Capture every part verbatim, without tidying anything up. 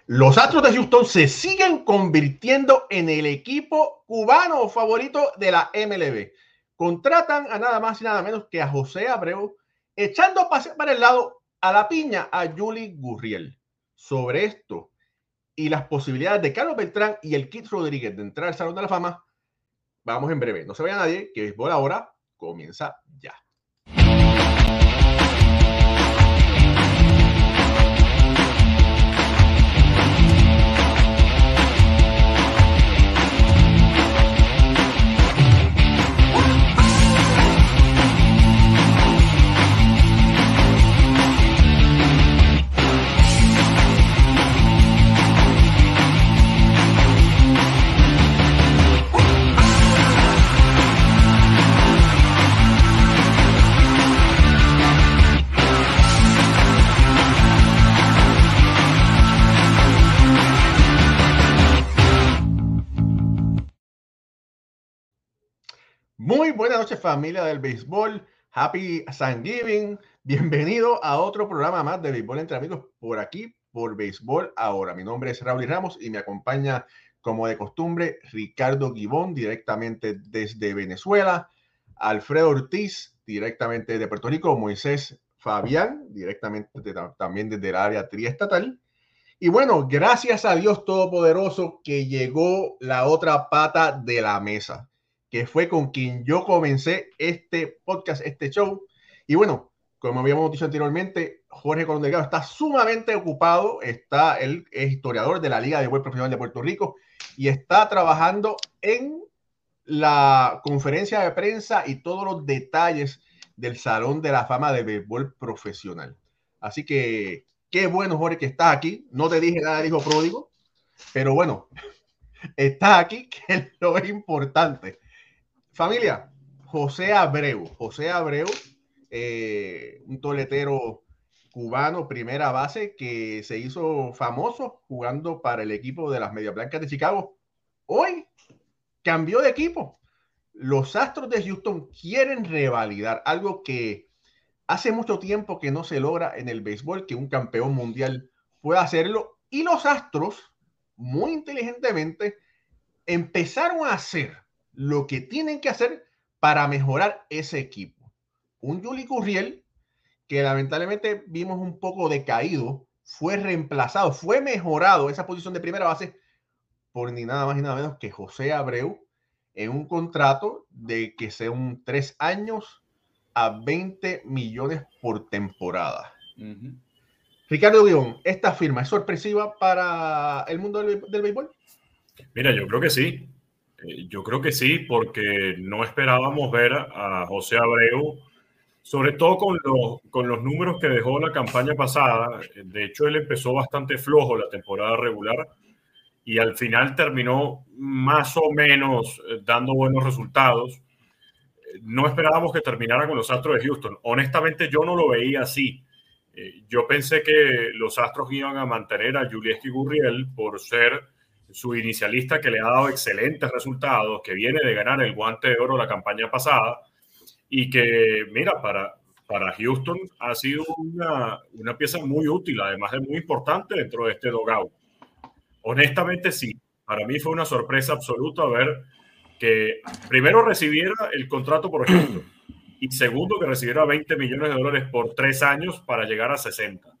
Los Astros de Houston se siguen convirtiendo en el equipo cubano favorito de la M L B. Contratan a nada más y nada menos que a José Abreu, echando para el lado a la piña a Yuli Gurriel. Sobre esto y las posibilidades de Carlos Beltrán y el Kid Rodríguez de entrar al Salón de la Fama, vamos en breve. No se vaya nadie, que Béisbol Ahora comienza ya. Muy buenas noches, familia del béisbol. Happy Thanksgiving. Bienvenido a otro programa más de Béisbol entre Amigos por aquí, por Béisbol Ahora. Mi nombre es Raúl Ramos y me acompaña, como de costumbre, Ricardo Guibón, directamente desde Venezuela, Alfredo Ortiz, directamente de Puerto Rico, Moisés Fabián, directamente de, también desde el área triestatal. Y bueno, gracias a Dios Todopoderoso que llegó la otra pata de la mesa, que fue con quien yo comencé este podcast, este show. Y bueno, como habíamos dicho anteriormente, Jorge Colón Delgado está sumamente ocupado. Está, él es historiador de la Liga de Béisbol Profesional de Puerto Rico y está trabajando en la conferencia de prensa y todos los detalles del Salón de la Fama de Béisbol Profesional. Así que qué bueno, Jorge, que estás aquí. No te dije nada de hijo pródigo, pero bueno, estás aquí, que es lo importante. Familia, José Abreu. José Abreu, eh, un toletero cubano, primera base, que se hizo famoso jugando para el equipo de las Medias Blancas de Chicago. Hoy cambió de equipo. Los Astros de Houston quieren revalidar algo que hace mucho tiempo que no se logra en el béisbol, que un campeón mundial pueda hacerlo. Y los Astros, muy inteligentemente, empezaron a hacer lo que tienen que hacer para mejorar ese equipo. Un Yuli Gurriel que lamentablemente vimos un poco decaído, fue reemplazado, fue mejorado esa posición de primera base por ni nada más ni nada menos que José Abreu en un contrato de que sean tres años a veinte millones por temporada. Uh-huh. Ricardo Guión, ¿esta firma es sorpresiva para el mundo del, del béisbol? Mira, yo creo que sí. Yo creo que sí, porque no esperábamos ver a José Abreu, sobre todo con los, con los números que dejó la campaña pasada. De hecho, él empezó bastante flojo la temporada regular y al final terminó más o menos dando buenos resultados. No esperábamos que terminara con los Astros de Houston. Honestamente, yo no lo veía así. Yo pensé que los Astros iban a mantener a Yulieski Gurriel por ser su inicialista, que le ha dado excelentes resultados, que viene de ganar el Guante de Oro la campaña pasada y que, mira, para, para Houston ha sido una, una pieza muy útil, además de muy importante dentro de este dugout. Honestamente, sí. Para mí fue una sorpresa absoluta ver que primero recibiera el contrato por Houston y segundo que recibiera veinte millones de dólares por tres años para llegar a sesenta.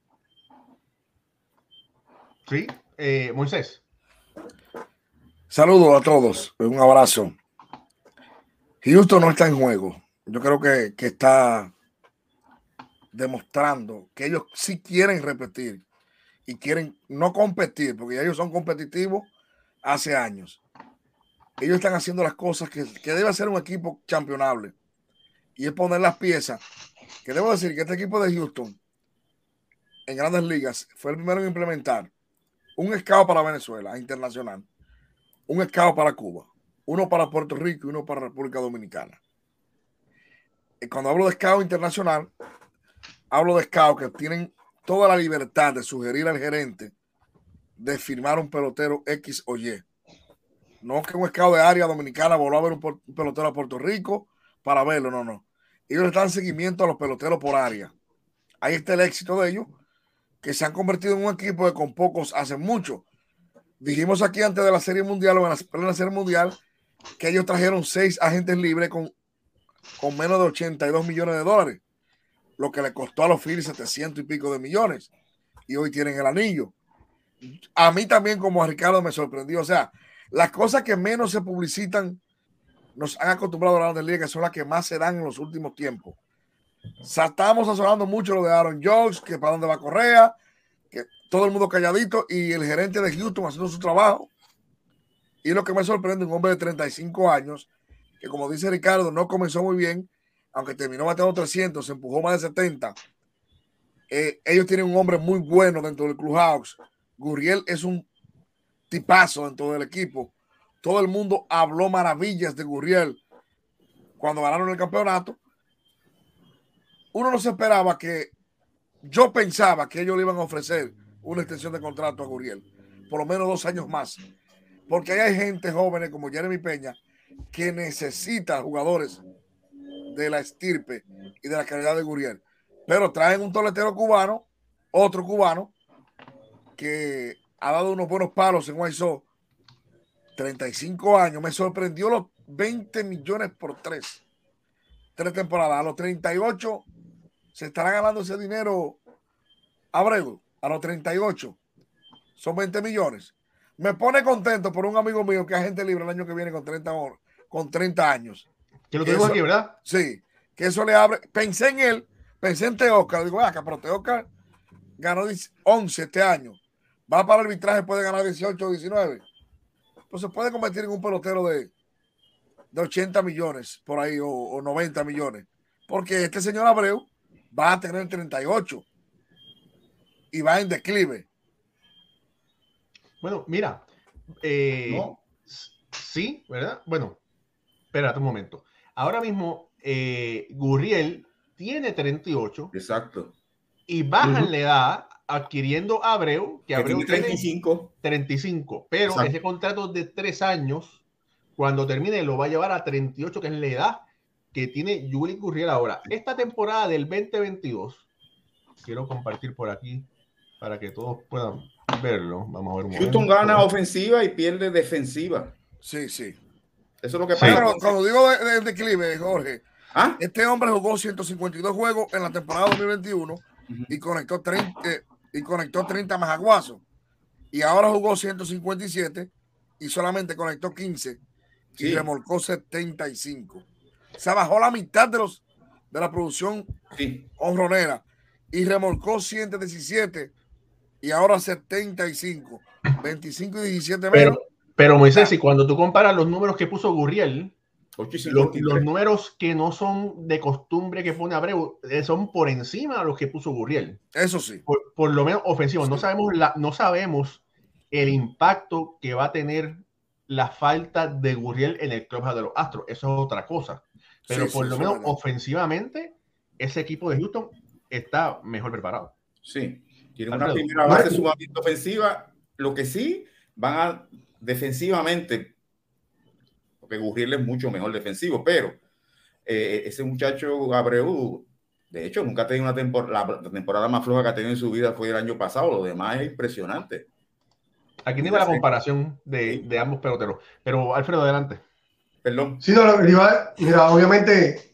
Sí, eh, Moisés. Saludos a todos, un abrazo. Houston no está en juego. Yo creo que, que está demostrando que ellos sí quieren repetir y quieren no competir, porque ellos son competitivos hace años. Ellos están haciendo las cosas que, que debe hacer un equipo campeonable y es poner las piezas. Que debo decir que este equipo de Houston en Grandes Ligas fue el primero en implementar un scout para Venezuela internacional, un scout para Cuba, uno para Puerto Rico y uno para República Dominicana. Y cuando hablo de scout internacional, hablo de scout que tienen toda la libertad de sugerir al gerente de firmar un pelotero X o Y. No que un scout de área dominicana voló a ver un pelotero a Puerto Rico para verlo, no, no. Ellos le dan seguimiento a los peloteros por área. Ahí está el éxito de ellos, que se han convertido en un equipo que con pocos hacen mucho. Dijimos aquí antes de la Serie Mundial o en la, en la Serie Mundial que ellos trajeron seis agentes libres con, con menos de ochenta y dos millones de dólares, lo que le costó a los Phillies setecientos y pico de millones, y hoy tienen el anillo. A mí también, como a Ricardo, me sorprendió. O sea, las cosas que menos se publicitan nos han acostumbrado a la Grandes Ligas, que son las que más se dan en los últimos tiempos. O sea, estábamos asonando mucho lo de Aaron Judge, que para dónde va Correa, que todo el mundo calladito, y el gerente de Houston haciendo su trabajo. Y lo que me sorprende, un hombre de treinta y cinco años, que como dice Ricardo, no comenzó muy bien, aunque terminó bateando trescientos, se empujó más de setenta. Eh, ellos tienen un hombre muy bueno dentro del clubhouse. Gurriel es un tipazo dentro del equipo. Todo el mundo habló maravillas de Gurriel cuando ganaron el campeonato. Uno no se esperaba que, yo pensaba que ellos le iban a ofrecer una extensión de contrato a Gurriel, por lo menos dos años más, porque ahí hay gente joven como Jeremy Peña que necesita jugadores de la estirpe y de la calidad de Gurriel, pero traen un toletero cubano, otro cubano que ha dado unos buenos palos en White Sox, treinta y cinco años. Me sorprendió los veinte millones por tres tres temporadas. A los treinta y ocho se estará ganando ese dinero Abreu. A los treinta y ocho son veinte millones. Me pone contento por un amigo mío que es agente libre el año que viene con treinta, con treinta años. Que lo tenemos aquí, ¿verdad? Sí, que eso le abre. Pensé en él, pensé en Teoscar. Digo, acá, pero Teoscar ganó once este año. Va para el arbitraje, puede ganar dieciocho o diecinueve. Pues se puede convertir en un pelotero de, de ochenta millones por ahí o, o noventa millones. Porque este señor Abreu va a tener treinta y ocho y va en declive. Bueno, mira, eh, ¿No? sí, ¿verdad? Bueno, espérate un momento. Ahora mismo, eh, Gurriel tiene treinta y ocho. Exacto. Y bajan Uh-huh. la edad adquiriendo a Abreu, que, que Abreu tiene treinta y cinco. Tiene treinta y cinco, pero exacto, ese contrato de tres años, cuando termine, lo va a llevar a treinta y ocho, que es la edad que tiene Yuli Gurriel ahora. Esta temporada del veinte veintidós, quiero compartir por aquí para que todos puedan verlo. Vamos a ver un Houston momento. Gana ofensiva y pierde defensiva. Sí, sí. Eso es lo que sí. pasa. Pero cuando digo de, de declive, Jorge, ¿Ah? este hombre jugó ciento cincuenta y dos juegos en la temporada dos mil veintiuno uh-huh. y conectó treinta, eh, y conectó treinta más aguazos. Y ahora jugó ciento cincuenta y siete y solamente conectó quince y sí. remolcó setenta y cinco. O sea, bajó la mitad de los de la producción sí. honronera y remolcó ciento diecisiete y ahora setenta y cinco. veinticinco y diecisiete menos. Pero, pero Moisés, y cuando tú comparas los números que puso Gurriel, los, los números que no son de costumbre que pone Abreu son por encima de los que puso Gurriel. Eso sí. Por, por lo menos ofensivos. Sí. No sabemos la, no sabemos el impacto que va a tener la falta de Gurriel en el club de los Astros. Eso es otra cosa. Pero sí, por sí, lo menos bueno. ofensivamente, ese equipo de Houston está mejor preparado. Sí. Tiene una primera base sumamente ofensiva. Lo que sí, van a defensivamente, porque Gurriel es mucho mejor defensivo, pero eh, ese muchacho Abreu, de hecho, nunca ha tenido una temporada, la temporada más floja que ha tenido en su vida fue el año pasado. Lo demás es impresionante. Aquí tiene la comparación de, sí. de ambos peloteros. Pero, Alfredo, adelante. Perdón. Sí, no, mira, mira obviamente,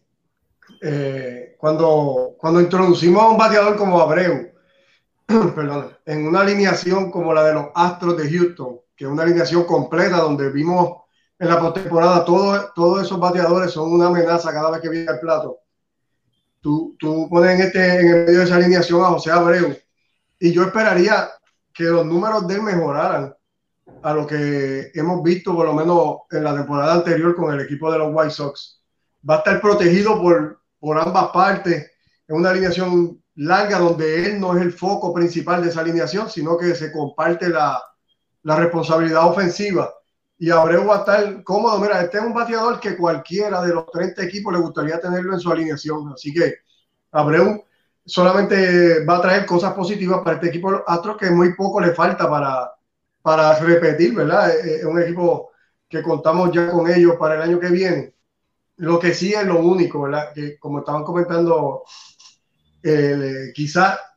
eh, cuando, cuando introducimos a un bateador como Abreu, perdón, en una alineación como la de los Astros de Houston, que es una alineación completa donde vimos en la postemporada todos, todos esos bateadores son una amenaza cada vez que viene al plato. Tú, tú pones en, este, en el medio de esa alineación a José Abreu y yo esperaría que los números de él mejoraran a lo que hemos visto por lo menos en la temporada anterior con el equipo de los White Sox. Va a estar protegido por, por ambas partes en una alineación larga donde él no es el foco principal de esa alineación, sino que se comparte la, la responsabilidad ofensiva. Y Abreu va a estar cómodo. Mira, este es un bateador que cualquiera de los treinta equipos le gustaría tenerlo en su alineación. Así que Abreu solamente va a traer cosas positivas para este equipo de los Astros, que muy poco le falta para, para repetir, ¿verdad? Es un equipo que contamos ya con ellos para el año que viene. Lo que sí es lo único, ¿verdad? Que como estaban comentando, eh, quizás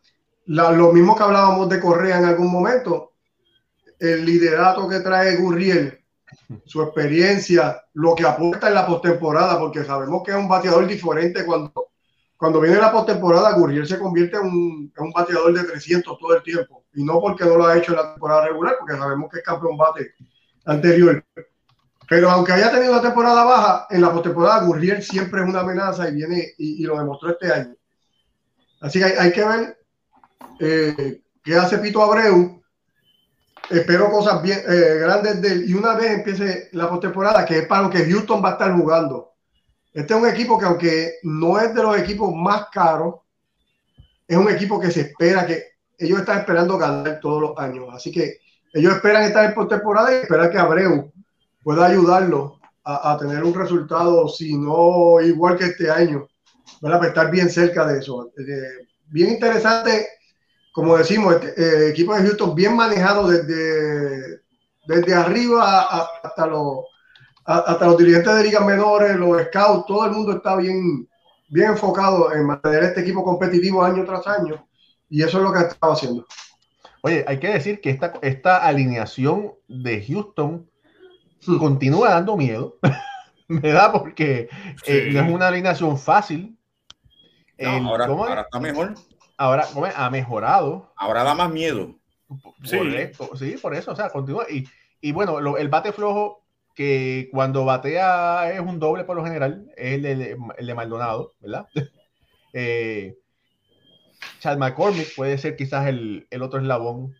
la, lo mismo que hablábamos de Correa en algún momento, el liderato que trae Gurriel, su experiencia, lo que aporta en la postemporada, porque sabemos que es un bateador diferente cuando, cuando viene la postemporada. Gurriel se convierte en un, en un bateador de trescientos todo el tiempo, y no porque no lo ha hecho en la temporada regular, porque sabemos que es campeón bate anterior. Pero aunque haya tenido una temporada baja, en la postemporada Gurriel siempre es una amenaza y viene y, y lo demostró este año. Así que hay, hay que ver eh, qué hace Pito Abreu. Espero cosas bien eh, grandes de él. Y una vez empiece la postemporada, que es para lo que Houston va a estar jugando. Este es un equipo que, aunque no es de los equipos más caros, es un equipo que se espera, que ellos están esperando ganar todos los años. Así que ellos esperan estar en postemporada y esperan que Abreu pueda ayudarlo a, a tener un resultado, si no igual que este año, ¿verdad? Para estar bien cerca de eso. Eh, bien interesante. Como decimos, este, eh, equipo de Houston bien manejado desde, desde arriba a, a, hasta, los, a, hasta los dirigentes de ligas menores, los scouts, todo el mundo está bien, bien enfocado en mantener este equipo competitivo año tras año, y eso es lo que estaba haciendo. Oye, hay que decir que esta, esta alineación de Houston hmm. continúa dando miedo, ¿verdad? Porque sí. eh, no es una alineación fácil. No, el, ahora, ahora está mejor. Ahora ha mejorado. Ahora da más miedo. Correcto, sí, sí, por eso, o sea, continúa. Y, y bueno, lo, el bate flojo, que cuando batea es un doble por lo general, es el de, el de Maldonado, ¿verdad? eh, Chad McCormick puede ser quizás el, el otro eslabón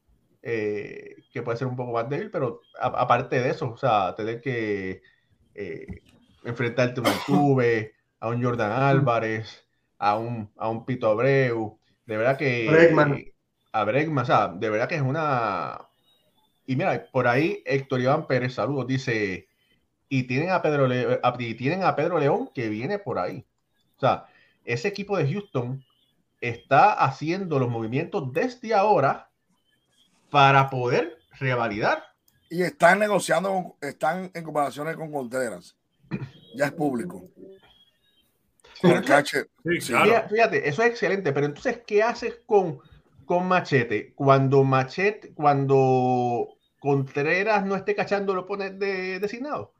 eh, que puede ser un poco más débil, pero a, aparte de eso, o sea, tener que eh, enfrentarte a un Altuve, a un Jordan Álvarez, a un, a un Pito Abreu, de verdad que Bregman. a Bregman, o sea, de verdad que es una. Y mira, por ahí Héctor Iván Pérez, saludos, dice, y tienen a Pedro Le... y tienen a Pedro León que viene por ahí. O sea, ese equipo de Houston está haciendo los movimientos desde ahora para poder revalidar. Y están negociando, están en comparaciones con Contreras. Ya es público. Entonces, sí, claro. Fíjate, eso es excelente, pero entonces, ¿qué haces con, con Machete? Cuando Machete, cuando Contreras no esté cachando, lo pones de designado.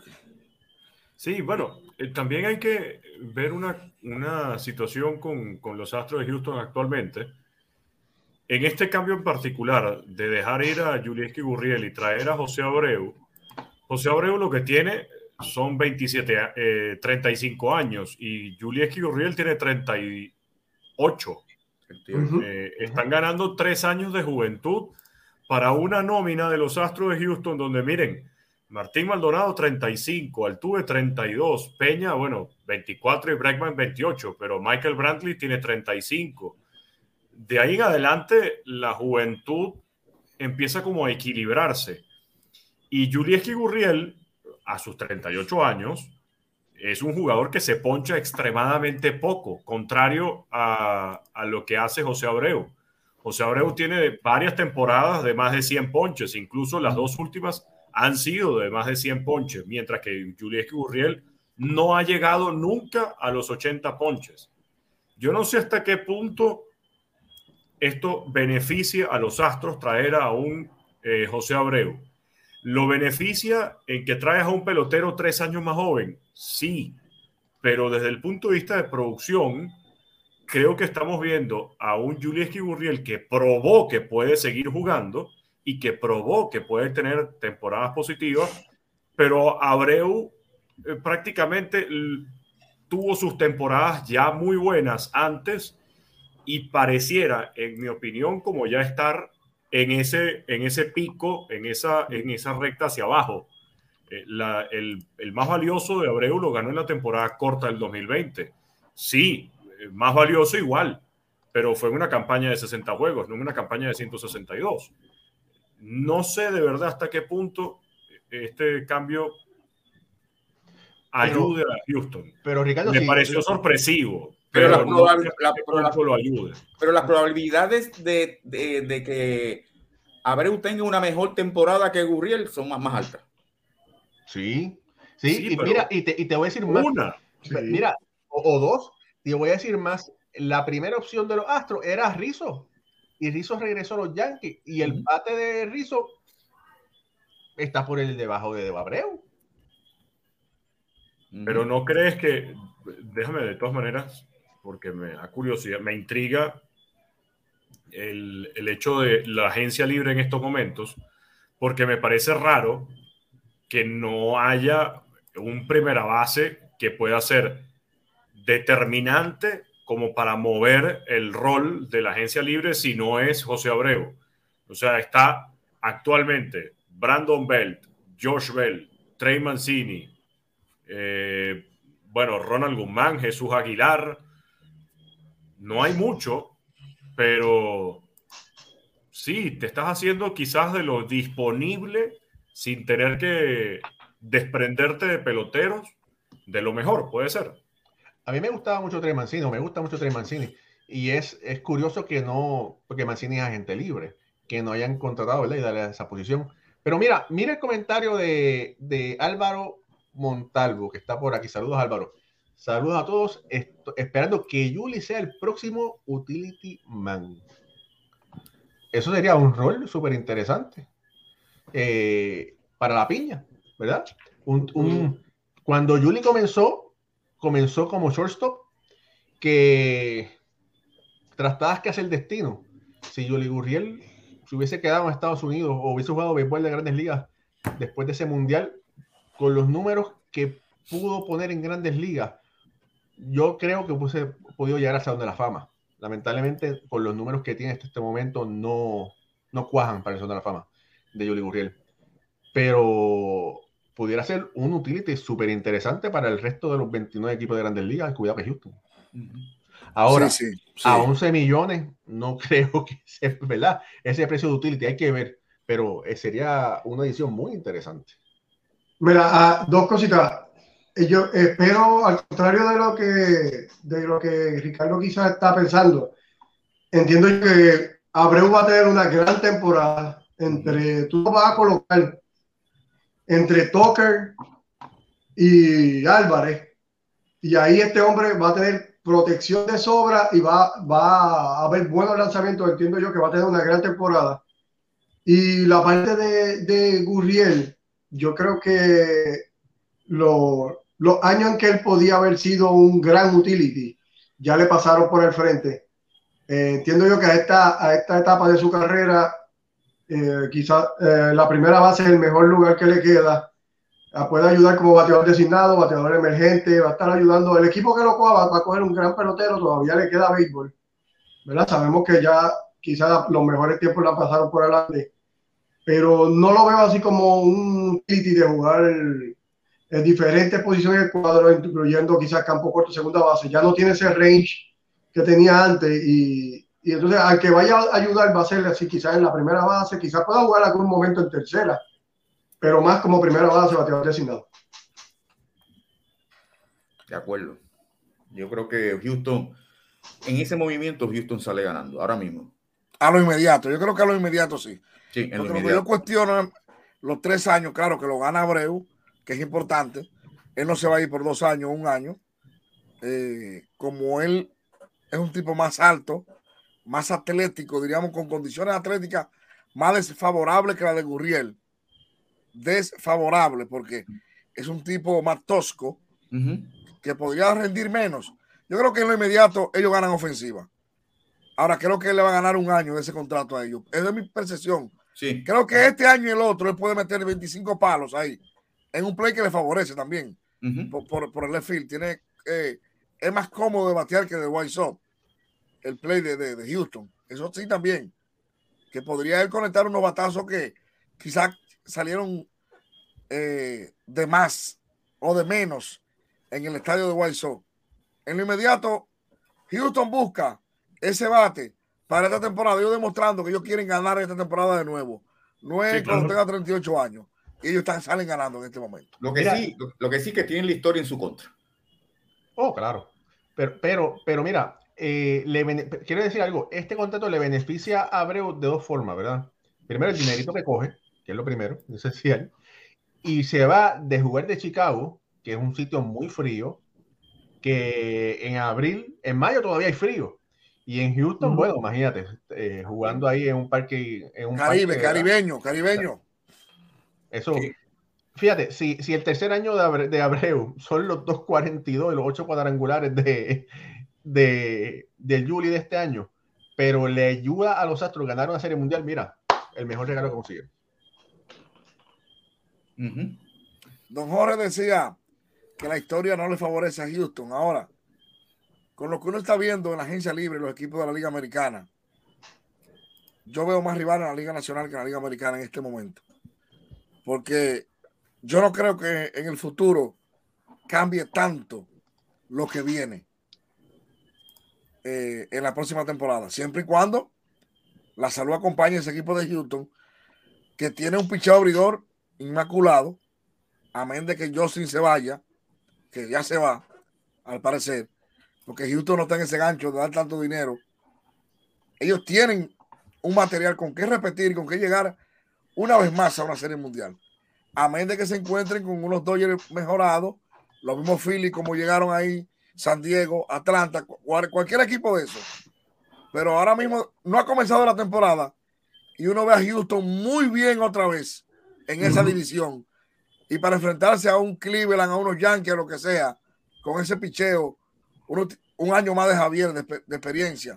Sí, bueno, eh, también hay que ver una, una situación con, con los Astros de Houston actualmente. En este cambio en particular, de dejar ir a Yulieski Gurriel y traer a José Abreu, José Abreu lo que tiene son veintisiete, eh, treinta y cinco años y Yulieski Gurriel tiene treinta y ocho. Uh-huh. Eh, están ganando tres años de juventud para una nómina de los Astros de Houston donde, miren, Martín Maldonado treinta y cinco, Altuve treinta y dos, Peña, bueno, veinticuatro y Bregman veintiocho, pero Michael Brantley tiene treinta y cinco. De ahí en adelante la juventud empieza como a equilibrarse y Yulieski Gurriel a sus treinta y ocho años, es un jugador que se poncha extremadamente poco, contrario a, a lo que hace José Abreu. José Abreu tiene varias temporadas de más de cien ponches, incluso las dos últimas han sido de más de cien ponches, mientras que Yulieski Gurriel no ha llegado nunca a los ochenta ponches. Yo no sé hasta qué punto esto beneficia a los Astros traer a un eh, José Abreu. ¿Lo beneficia en que traes a un pelotero tres años más joven? Sí, pero desde el punto de vista de producción, creo que estamos viendo a un Yulieski Gurriel que probó que puede seguir jugando y que probó que puede tener temporadas positivas, pero Abreu eh, prácticamente tuvo sus temporadas ya muy buenas antes y pareciera, en mi opinión, como ya estar en ese, en ese pico, en esa, en esa recta hacia abajo. Eh, la, el, el más valioso de Abreu lo ganó en la temporada corta del dos mil veinte. Sí, eh, más valioso igual, pero fue una campaña de sesenta juegos, no una campaña de ciento sesenta y dos. No sé de verdad hasta qué punto este cambio ayude pero, a Houston. Pero Ricardo, me sí, pareció sí. sorpresivo. Pero, pero, las no probabil la, sé pero, la, lo ayude. pero las probabilidades de, de, de que Abreu tenga una mejor temporada que Gurriel son más, más altas. Sí, sí, sí y mira, y te, y te voy a decir más. Una. Sí. Mira, o, o dos, te voy a decir más. la primera opción de los Astros era Rizzo, y Rizzo regresó a los Yankees, y el bate de Rizzo está por el debajo de Abreu. Pero no crees que, déjame de todas maneras, porque me da curiosidad, me intriga el, el hecho de la agencia libre en estos momentos, porque me parece raro que no haya un primera base que pueda ser determinante como para mover el rol de la agencia libre si no es José Abreu. O sea, está actualmente Brandon Belt, Josh Bell, Trey Mancini, eh, bueno, Ronald Guzmán, Jesús Aguilar. No hay mucho, pero sí, te estás haciendo quizás de lo disponible sin tener que desprenderte de peloteros de lo mejor, puede ser. A mí me gustaba mucho Trey Mancini, me gusta mucho Trey Mancini, y es, es curioso que no, porque Mancini es agente libre, que no hayan contratado, ¿verdad? Y darle esa posición. Pero mira, mira el comentario de, de Álvaro Montalvo, que está por aquí. Saludos, Álvaro. Saludos a todos, Esto, esperando que Yuli sea el próximo utility man. Eso sería un rol súper interesante eh, para la piña, ¿verdad? Un, un, cuando Yuli comenzó, comenzó como shortstop, que tratabas que hacer el destino. Si Yuli Gurriel se hubiese quedado en Estados Unidos o hubiese jugado béisbol de Grandes Ligas después de ese mundial, con los números que pudo poner en Grandes Ligas, yo creo que hubiese podido llegar al Salón de la Fama. Lamentablemente, con los números que tiene hasta este momento, no, no cuajan para el Salón de la Fama de Yuli Gurriel. Pero pudiera ser un utility súper interesante para el resto de los veintinueve equipos de Grandes Ligas, cuidado que Houston. Ahora, sí, sí, sí. A once millones, no creo que sea, ¿verdad? Ese precio de utility hay que ver, pero sería una edición muy interesante. Mira, uh, dos cositas. Yo espero, al contrario de lo que, de lo que Ricardo quizás está pensando, entiendo que Abreu va a tener una gran temporada. Entre, tú vas a colocar entre Tucker y Álvarez, y ahí este hombre va a tener protección de sobra y va, va a haber buenos lanzamientos. Entiendo yo que va a tener una gran temporada. Y la parte de, de Gurriel, yo creo que lo, los años en que él podía haber sido un gran utility ya le pasaron por el frente. Eh, entiendo yo que a esta, a esta etapa de su carrera, eh, quizás eh, la primera base es el mejor lugar que le queda. Uh, puede ayudar como bateador designado, bateador emergente, va a estar ayudando. El equipo que lo coja va, va a coger un gran pelotero, todavía le queda béisbol, ¿verdad? Sabemos que ya quizás los mejores tiempos la pasaron por adelante, pero no lo veo así como un utility de jugar el, en diferentes posiciones del cuadro, incluyendo quizás campo corto, segunda base. Ya no tiene ese range que tenía antes, y, y entonces al que vaya a ayudar va a ser así, quizás en la primera base, quizás pueda jugar algún momento en tercera, pero más como primera base, bateador designado. De acuerdo. Yo creo que Houston, en ese movimiento, Houston sale ganando ahora mismo. A lo inmediato, yo creo que a lo inmediato sí. Sí, en Porque lo que yo cuestiono los tres años, claro que lo gana Abreu, que es importante. Él no se va a ir por dos años, un año. Eh, como él es un tipo más alto, más atlético, diríamos, con condiciones atléticas más desfavorables que la de Gurriel. Desfavorable, porque es un tipo más tosco, uh-huh, que podría rendir menos. Yo creo que en lo inmediato ellos ganan ofensiva. Ahora creo que él le va a ganar un año de ese contrato a ellos. Es de mi percepción. Sí. Creo que este año y el otro él puede meter veinticinco palos ahí, en un play que le favorece también, uh-huh, por, por, por el left field. Tiene, eh, es más cómodo de batear que de White Sox, el play de, de, de Houston. Eso sí también, que podría él conectar unos batazos que quizás salieron eh, de más o de menos en el estadio de White Sox. En lo inmediato, Houston busca ese bate para esta temporada, ellos demostrando que ellos quieren ganar esta temporada de nuevo. No es sí, cuando claro. tenga treinta y ocho años. Y ellos están, salen ganando en este momento. Lo que mira, sí, lo, lo que sí que tienen la historia en su contra. Oh, claro. Pero, pero, pero mira, eh, le quiero decir algo. Este contrato le beneficia a Abreu de dos formas, ¿verdad? Primero, el dinerito que coge, que es lo primero, esencial. Y se va de jugar de Chicago, que es un sitio muy frío, que en abril, en mayo todavía hay frío. Y en Houston, uh-huh. bueno, imagínate, eh, jugando ahí en un parque. En un Caribe, parque, caribeño, caribeño. Eso, ¿qué? Fíjate, si, si el tercer año de, Abreu, de Abreu son los dos cuarenta y dos y los ocho cuadrangulares de, de, del Juli de este año, pero le ayuda a los Astros a ganar una serie mundial, mira, el mejor regalo que consiguieron. Uh-huh. Don Jorge decía que la historia no le favorece a Houston. Ahora, con lo que uno está viendo en la agencia libre, los equipos de la Liga Americana, yo veo más rivales en la Liga Nacional que en la Liga Americana en este momento. Porque yo no creo que en el futuro cambie tanto lo que viene eh, en la próxima temporada, siempre y cuando la salud acompañe a ese equipo de Houston, que tiene un picheo abridor inmaculado, amén de que Justin se vaya, que ya se va, al parecer, porque Houston no está en ese gancho de dar tanto dinero. Ellos tienen un material con que repetir, con que llegar una vez más a una serie mundial. Amén de que se encuentren con unos Dodgers mejorados, los mismos Phillies como llegaron ahí, San Diego, Atlanta, cual, cualquier equipo de esos. Pero ahora mismo no ha comenzado la temporada y uno ve a Houston muy bien otra vez en esa uh-huh. división. Y para enfrentarse a un Cleveland, a unos Yankees, a lo que sea, con ese picheo, uno, un año más de Javier de, de experiencia,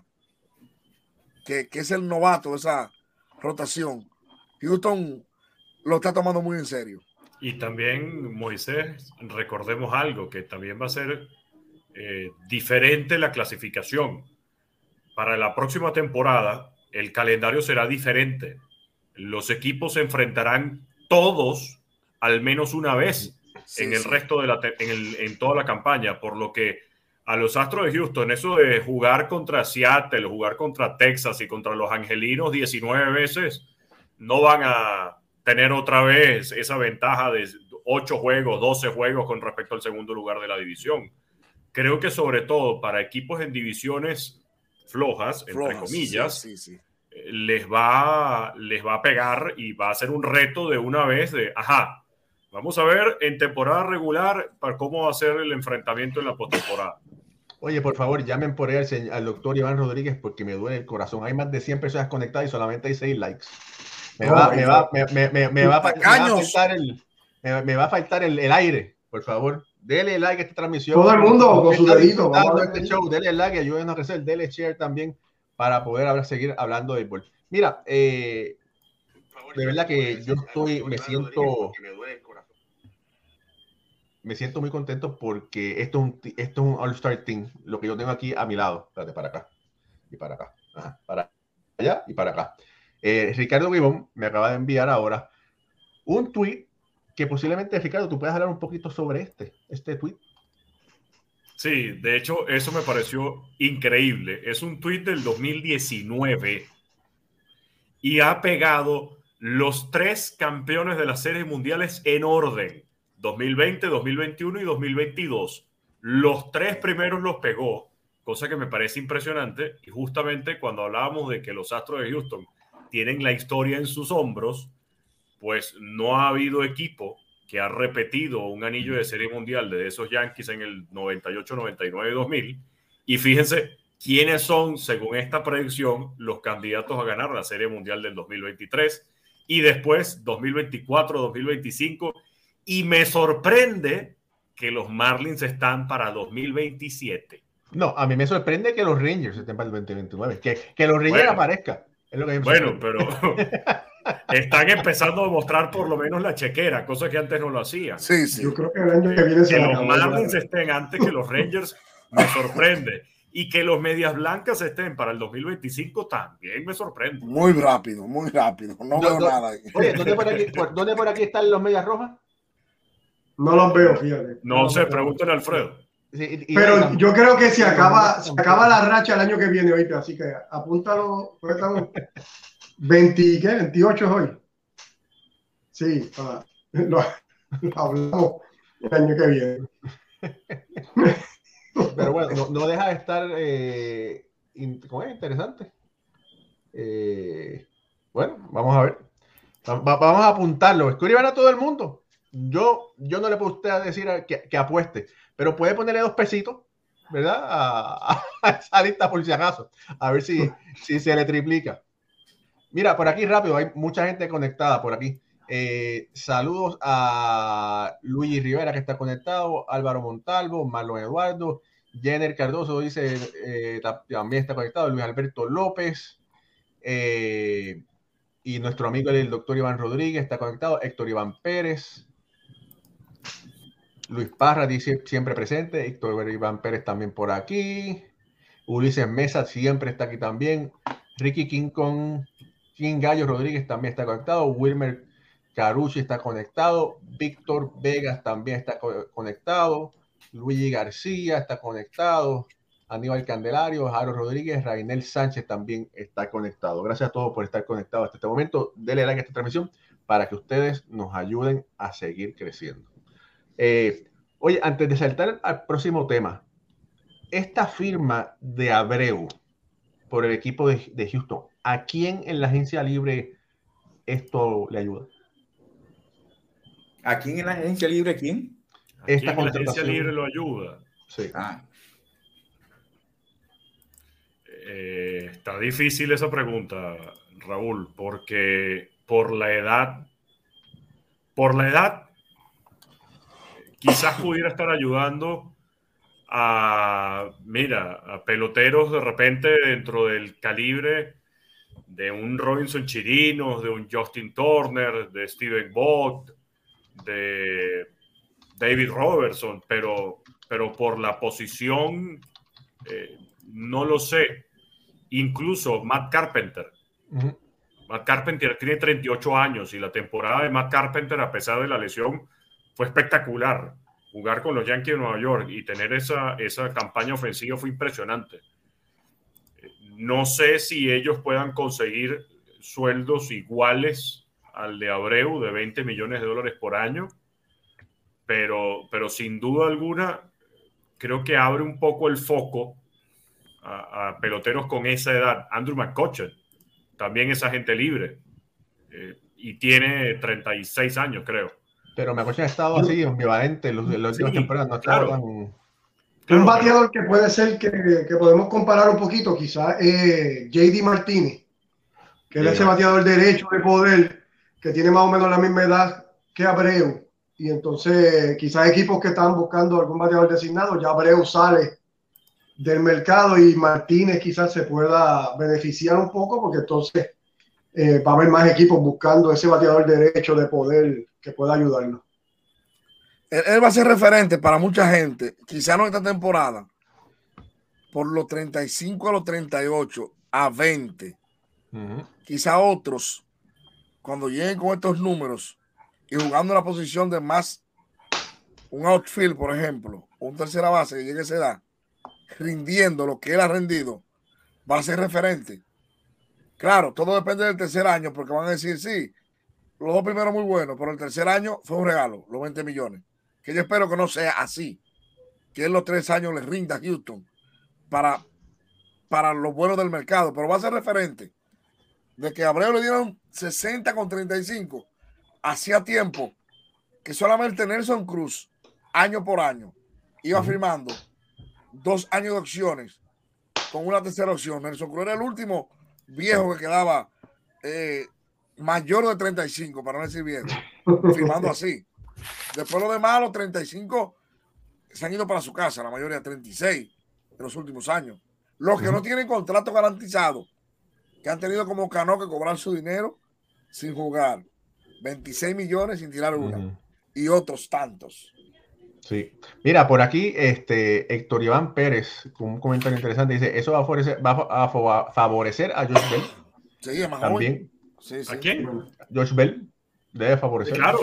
que, que es el novato de esa rotación. Houston lo está tomando muy en serio. Y también, Moisés, recordemos algo, que también va a ser eh, diferente la clasificación. Para la próxima temporada, el calendario será diferente. Los equipos se enfrentarán todos al menos una vez sí, en el sí. resto de la en, el, en toda la campaña, por lo que a los Astros de Houston, eso de jugar contra Seattle, jugar contra Texas y contra los Angelinos diecinueve veces, no van a tener otra vez esa ventaja de ocho juegos, doce juegos con respecto al segundo lugar de la división. Creo que sobre todo para equipos en divisiones flojas, flojas entre comillas, sí, sí, sí. Les, va, les va a pegar y va a ser un reto de una vez de, ajá, vamos a ver en temporada regular para cómo va a ser el enfrentamiento en la postemporada. Oye, por favor, llamen por ahí al, al doctor Iván Rodríguez porque me duele el corazón. Hay más de cien personas conectadas y solamente hay seis likes. Me, oh, va, me, va, me, me, me, me, va, me va a faltar el, me, me va a faltar el, el aire, por favor. Dele like a esta transmisión. Todo el mundo con su dedito. Este show, dele like, ayúdenos a crecer, dele share también para poder hablar, seguir hablando de béisbol. Mira, eh, de verdad que yo estoy, me siento, me siento muy contento porque esto es un, esto es un All-Star Team, lo que yo tengo aquí a mi lado. Espérate, para acá y para acá, ajá, para allá y para acá. Eh, Ricardo Guibón me acaba de enviar ahora un tweet que posiblemente, Ricardo, tú puedes hablar un poquito sobre este, este tweet. Sí, de hecho, eso me pareció increíble. Es un tweet del dos mil diecinueve y ha pegado los tres campeones de las series mundiales en orden. dos mil veinte, dos mil veintiuno y dos mil veintidós. Los tres primeros los pegó, cosa que me parece impresionante. Y justamente cuando hablábamos de que los Astros de Houston tienen la historia en sus hombros, pues no ha habido equipo que ha repetido un anillo de serie mundial de esos Yankees en el noventa y ocho, noventa y nueve, dos mil. Y fíjense quiénes son, según esta predicción, los candidatos a ganar la serie mundial del dos mil veintitrés y después dos mil veinticuatro, dos mil veinticinco. Y me sorprende que los Marlins están para dos mil veintisiete. No, a mí me sorprende que los Rangers estén para el dos mil veintinueve. Que, que los Rangers bueno, aparezcan. Es lo que bueno, pero están empezando a mostrar por lo menos la chequera, cosa que antes no lo hacían. Sí, sí. Yo creo que el año que viene que los Marlins estén antes que los Rangers me sorprende. Y que los Medias Blancas estén para el dos mil veinticinco también me sorprende. Muy rápido, muy rápido. No veo ¿Dó, nada ahí. Oye, ¿dónde por, aquí, por, ¿dónde por aquí están los Medias Rojas? No los veo, fíjate. No, no sé, pregúntale a Alfredo. Sí, y, y pero y, yo creo que se acaba, se acaba la racha el año que viene, ahorita, así que apúntalo. veinte, ¿qué? veintiocho hoy. Sí, ah, lo, lo hablamos el año que viene. Pero bueno, no, no deja de estar eh, in, ¿cómo es? Interesante. Eh, bueno, vamos a ver. Va, vamos a apuntarlo. Escriban a todo el mundo. Yo, yo no le puedo a usted decir que, que apueste, pero puede ponerle dos pesitos ¿verdad? A, a esa lista por si acaso, a ver si, si se le triplica. Mira, por aquí rápido, hay mucha gente conectada por aquí. Eh, saludos a Luigi Rivera, que está conectado, Álvaro Montalvo, Marlon Eduardo, Jenner Cardoso dice, eh, también está conectado, Luis Alberto López, eh, y nuestro amigo el doctor Iván Rodríguez está conectado, Héctor Iván Pérez, Luis Parra dice siempre presente, Héctor Iván Pérez también por aquí, Ulises Mesa siempre está aquí también, Ricky King Kong, King Gallo Rodríguez también está conectado, Wilmer Carucci está conectado, Víctor Vegas también está co conectado, Luigi García está conectado, Aníbal Candelario, Jaro Rodríguez, Rainel Sánchez también está conectado. Gracias a todos por estar conectados hasta este momento. Denle like a esta transmisión para que ustedes nos ayuden a seguir creciendo. Eh, oye, antes de saltar al próximo tema, esta firma de Abreu por el equipo de, de Houston, ¿a quién en la agencia libre esto le ayuda? ¿A quién en la agencia libre? ¿A quién? ¿A quién en la agencia libre lo ayuda? Sí. Ah. Eh, está difícil esa pregunta, Raúl, porque por la edad, por la edad, quizás pudiera estar ayudando a, mira, a peloteros de repente dentro del calibre de un Robinson Chirinos, de un Justin Turner, de Steven Vogt, de David Robertson, pero, pero por la posición, eh, no lo sé. Incluso Matt Carpenter. Uh-huh. Matt Carpenter tiene treinta y ocho años y la temporada de Matt Carpenter, a pesar de la lesión, fue espectacular. Jugar con los Yankees de Nueva York y tener esa, esa campaña ofensiva fue impresionante. No sé si ellos puedan conseguir sueldos iguales al de Abreu de veinte millones de dólares por año, pero, pero sin duda alguna creo que abre un poco el foco a, a peloteros con esa edad. Andrew McCutchen también es agente libre, eh, y tiene treinta y seis años, creo. Pero McCutchen ha estado así, ambivalente en las últimas Sí, temporadas. No claro. tan... Claro, un bateador que puede ser que, que podemos comparar un poquito, quizás eh, J D Martínez, que es ese bateador derecho de poder, que tiene más o menos la misma edad que Abreu. Y entonces quizás equipos que están buscando algún bateador designado, ya Abreu sale del mercado y Martínez quizás se pueda beneficiar un poco, porque entonces eh, va a haber más equipos buscando ese bateador derecho de poder que pueda ayudarnos. Él, él va a ser referente para mucha gente, quizá no esta temporada, por los treinta y cinco a los treinta y ocho a veinte. Uh-huh. Quizá otros, cuando lleguen con estos números y jugando en la posición de más, un outfield, por ejemplo, o un tercera base que llegue a esa edad, rindiendo lo que él ha rendido, va a ser referente. Claro, todo depende del tercer año, porque van a decir, sí, los dos primeros muy buenos, pero el tercer año fue un regalo, los veinte millones. Que yo espero que no sea así, que en los tres años le rinda a Houston para, para los buenos del mercado, pero va a ser referente. De que a Abreu le dieron sesenta con treinta y cinco, hacía tiempo que solamente Nelson Cruz, año por año, iba firmando dos años de opciones con una tercera opción. Nelson Cruz era el último viejo que quedaba eh, mayor de treinta y cinco, para no decir viejo, firmando así. Después los demás, los treinta y cinco, se han ido para su casa, la mayoría treinta y seis de los últimos años. Los que no tienen contrato garantizado, que han tenido como Cano que cobrar su dinero sin jugar, veintiséis millones sin tirar una, uh-huh. y otros tantos. Sí. Mira, por aquí este Héctor Iván Pérez, con un comentario interesante, dice, eso va a favorecer, va a favorecer a Josh Bell. Sí, es más también. Sí, sí. ¿A quién? Josh Bell debe favorecer. Claro.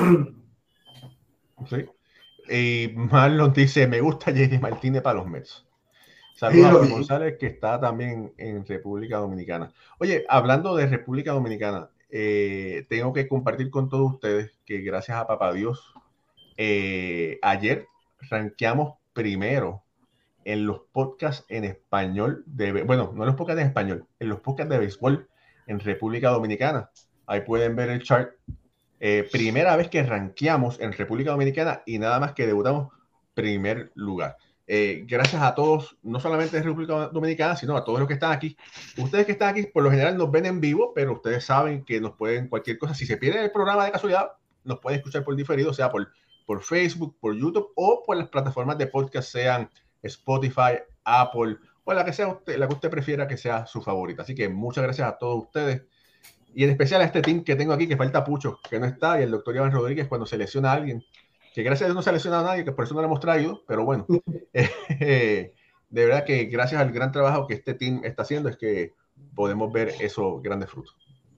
Sí. Y Marlon dice, me gusta J D Martínez para los Mets. Saludos a Juan González, que está también en República Dominicana. Oye, hablando de República Dominicana, eh, tengo que compartir con todos ustedes que gracias a Papá Dios, eh, ayer rankeamos primero en los podcasts en español, de, bueno, no en los podcasts en español, en los podcasts de béisbol en República Dominicana. Ahí pueden ver el chart. Eh, primera vez que rankeamos en República Dominicana y nada más que debutamos primer lugar. Eh, gracias a todos, no solamente de República Dominicana, sino a todos los que están aquí. Ustedes que están aquí, por lo general nos ven en vivo, pero ustedes saben que nos pueden cualquier cosa. Si se pierde el programa de casualidad, nos pueden escuchar por diferido, sea por, por Facebook, por YouTube o por las plataformas de podcast, sean Spotify, Apple o la que sea usted, la que usted prefiera que sea su favorita. Así que muchas gracias a todos ustedes y en especial a este team que tengo aquí, que falta Pucho, que no está, y el doctor Iván Rodríguez cuando selecciona a alguien, que gracias a Dios no se ha lesionado a nadie, que por eso no lo hemos traído, pero bueno, eh, de verdad que gracias al gran trabajo que este team está haciendo es que podemos ver esos grandes frutos.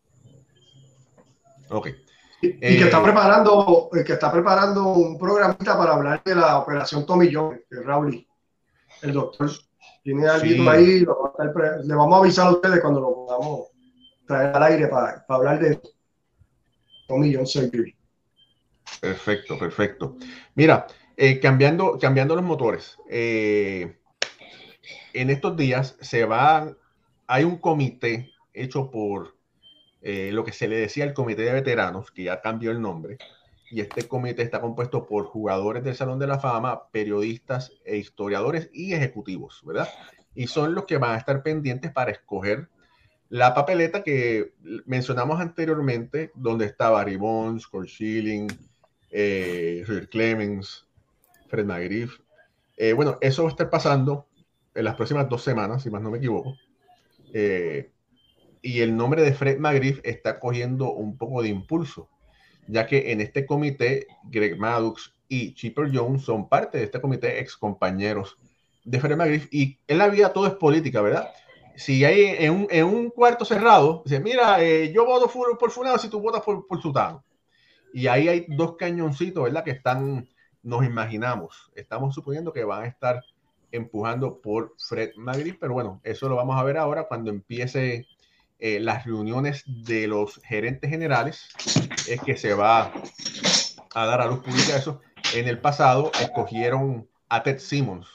Ok. Y, eh, y que está preparando, que está preparando un programita para hablar de la operación Tommy John, que Raúl, el doctor, tiene algo sí. ahí, lo va a estar, le vamos a avisar a ustedes cuando lo podamos traer al aire para, para hablar de Tommy John surgery. Perfecto, perfecto. Mira, eh, cambiando, cambiando los motores, eh, en estos días se va, hay un comité hecho por eh, lo que se le decía el comité de veteranos, que ya cambió el nombre, y este comité está compuesto por jugadores del Salón de la Fama, periodistas e historiadores y ejecutivos, ¿verdad? Y son los que van a estar pendientes para escoger la papeleta que mencionamos anteriormente, donde está Barry Bonds, Curt Schilling, eh, Roger Clemens, Fred McGriff. Eh, bueno, eso va a estar pasando en las próximas dos semanas, si más no me equivoco. Eh, y el nombre de Fred McGriff está cogiendo un poco de impulso, ya que en este comité, Greg Maddux y Chipper Jones son parte de este comité, ex compañeros de Fred McGriff. Y en la vida todo es política, ¿verdad? Si hay en un, en un cuarto cerrado, dice, mira, eh, yo voto por, por fulano si tú votas por, por sutano. Y ahí hay dos cañoncitos, ¿verdad? Que están, nos imaginamos, estamos suponiendo que van a estar empujando por Fred McGriff, pero bueno, eso lo vamos a ver ahora cuando empiece eh, las reuniones de los gerentes generales, es que se va a dar a luz pública eso. En el pasado escogieron a Ted Simmons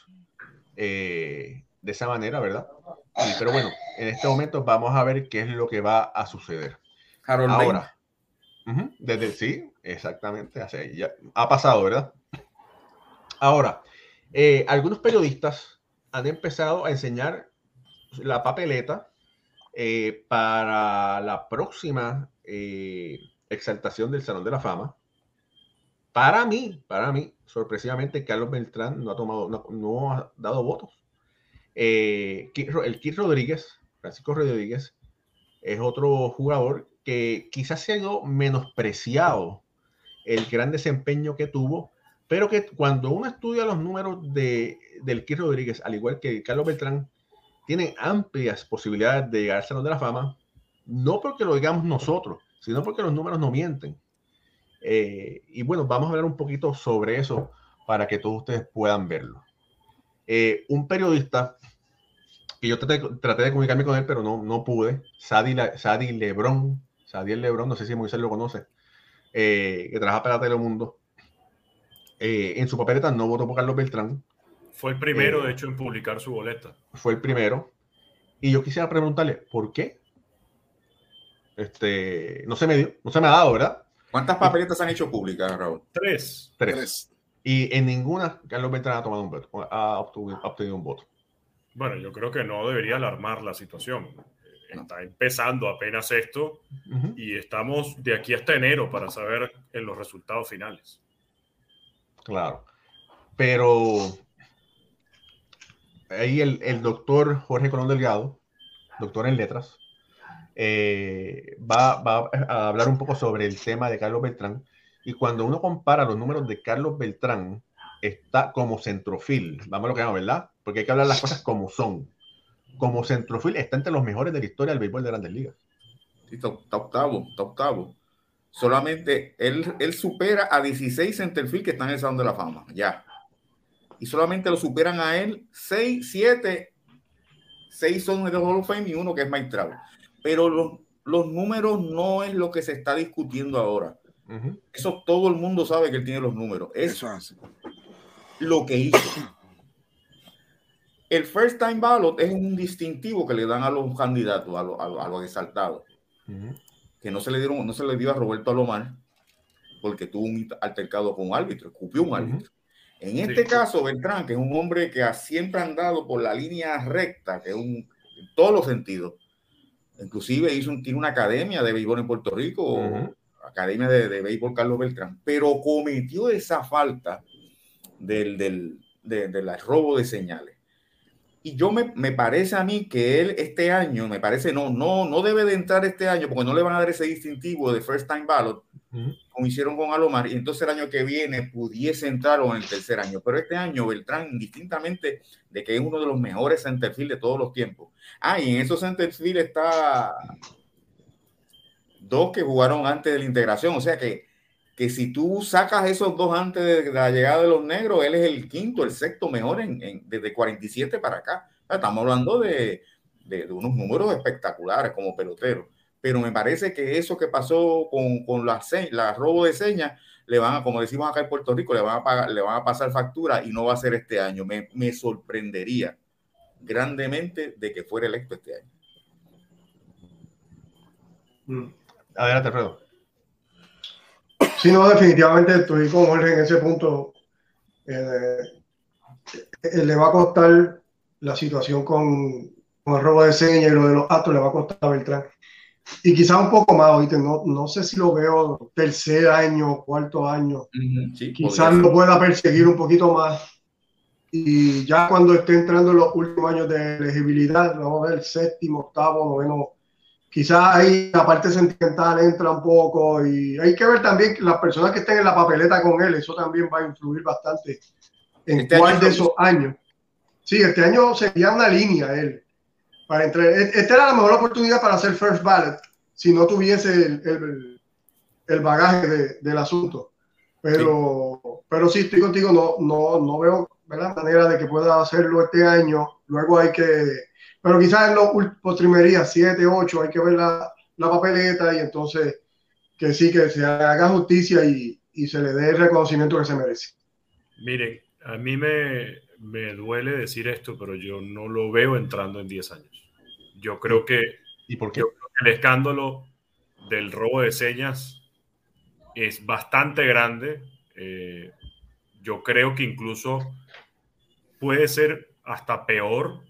eh, de esa manera, ¿verdad? Sí, pero bueno, en este momento vamos a ver qué es lo que va a suceder. Harold Ahora, uh-huh, desde sí, exactamente, así, ya ha pasado, ¿verdad? Ahora, eh, algunos periodistas han empezado a enseñar la papeleta eh, para la próxima eh, exaltación del Salón de la Fama. Para mí, para mí, sorpresivamente, Carlos Beltrán no ha tomado, no, no ha dado votos. Eh, el Keith Rodríguez, Francisco Rodríguez, es otro jugador que quizás se ha ido menospreciado el gran desempeño que tuvo, pero que cuando uno estudia los números de, del Keith Rodríguez, al igual que Carlos Beltrán, tiene amplias posibilidades de llegar al Salón de la Fama, no porque lo digamos nosotros, sino porque los números no mienten. Eh, y bueno, vamos a hablar un poquito sobre eso para que todos ustedes puedan verlo. Eh, un periodista que yo traté, traté de comunicarme con él, pero no, no pude, Sadi, Sadi Lebron, Sadiel Lebron, no sé si Moisés lo conoce, eh, que trabaja para Telemundo, eh, en su papeleta no votó por Carlos Beltrán. Fue el primero, eh, de hecho, en publicar su boleta. Fue el primero. Y yo quisiera preguntarle, ¿por qué? Este, no se me dio, no se me ha dado, ¿verdad? ¿Cuántas papeletas han hecho públicas, Raúl? Tres. Tres. Tres. Y en ninguna Carlos Beltrán ha tomado un voto, ha obtenido, ha obtenido un voto. Bueno, yo creo que no debería alarmar la situación. Está empezando apenas esto uh-huh. y estamos de aquí hasta enero para saber en los resultados finales. Claro. Pero ahí el, el doctor Jorge Colón Delgado, doctor en letras, eh, va, va a hablar un poco sobre el tema de Carlos Beltrán. Y cuando uno compara los números de Carlos Beltrán, está como centrofil, vamos a lo que vamos, ¿verdad? Porque hay que hablar las cosas como son. Como centrofil está entre los mejores de la historia del béisbol de Grandes Ligas. Sí, está, está octavo, está octavo. Solamente él, él supera a dieciséis centerfield que están en el Salón de la Fama, ya. Y solamente lo superan a él seis, siete, seis son de Hall of Fame y uno que es Mike Trout. Pero los, los números no es lo que se está discutiendo ahora. Uh-huh. Eso todo el mundo sabe que él tiene los números. Es Eso hace. Lo que hizo. El first time ballot es un distintivo que le dan a los candidatos, a los, a los, a los exaltados. Uh-huh. Que no se le dieron, no se le dio a Roberto Alomar porque tuvo un altercado con un árbitro, escupió un árbitro. Uh-huh. En este Sí. caso, Beltrán, que es un hombre que ha siempre andado por la línea recta, que es un, en todos los sentidos, inclusive hizo un, tiene una academia de béisbol en Puerto Rico, uh-huh. academia de, de béisbol Carlos Beltrán, pero cometió esa falta del, del, de, del robo de señales. Y yo me, me parece a mí que él este año, me parece, no, no, no debe de entrar este año porque no le van a dar ese distintivo de first time ballot, uh-huh. como hicieron con Alomar, y entonces el año que viene pudiese entrar o en el tercer año. Pero este año Beltrán, indistintamente de que es uno de los mejores centerfield de todos los tiempos. Ah, y en esos centerfield está dos que jugaron antes de la integración, o sea que que si tú sacas esos dos antes de la llegada de los negros, él es el quinto, el sexto mejor en, en, desde cuarenta y siete para acá. Estamos hablando de, de, de unos números espectaculares como pelotero. Pero me parece que eso que pasó con, con la, la robo de señas, le van a, como decimos acá en Puerto Rico, le van a, pagar, le van a pasar factura y no va a ser este año. Me, me sorprendería grandemente de que fuera electo este año. Adelante, Alfredo. Sí, no, definitivamente estoy con Jorge en ese punto. Eh, eh, le va a costar la situación con, con el robo de señas y lo de los actos, le va a costar a Beltrán. Y quizás un poco más, ¿oíste? No, no sé si lo veo tercer año, cuarto año. Uh-huh, sí, quizás lo pueda perseguir un poquito más. Y ya cuando esté entrando en los últimos años de elegibilidad, vamos a ver, séptimo, octavo, noveno. Quizás ahí la parte sentimental entra un poco y hay que ver también que las personas que estén en la papeleta con él, eso también va a influir bastante en este cuál de esos años. Sí, este año sería una línea él. Para entrar. Esta era la mejor oportunidad para hacer first ballot si no tuviese el, el, el bagaje de, del asunto. Pero sí. pero sí, estoy contigo, no, no, no veo la manera de que pueda hacerlo este año. Luego hay que... Pero quizás en los postrimerías, siete, ocho, hay que ver la, la papeleta y entonces que sí, que se haga justicia y, y se le dé el reconocimiento que se merece. Miren, a mí me, me duele decir esto, pero yo no lo veo entrando en diez años. Yo creo que, ¿Y por qué? Yo creo que el escándalo del robo de señas es bastante grande. Eh, yo creo que incluso puede ser hasta peor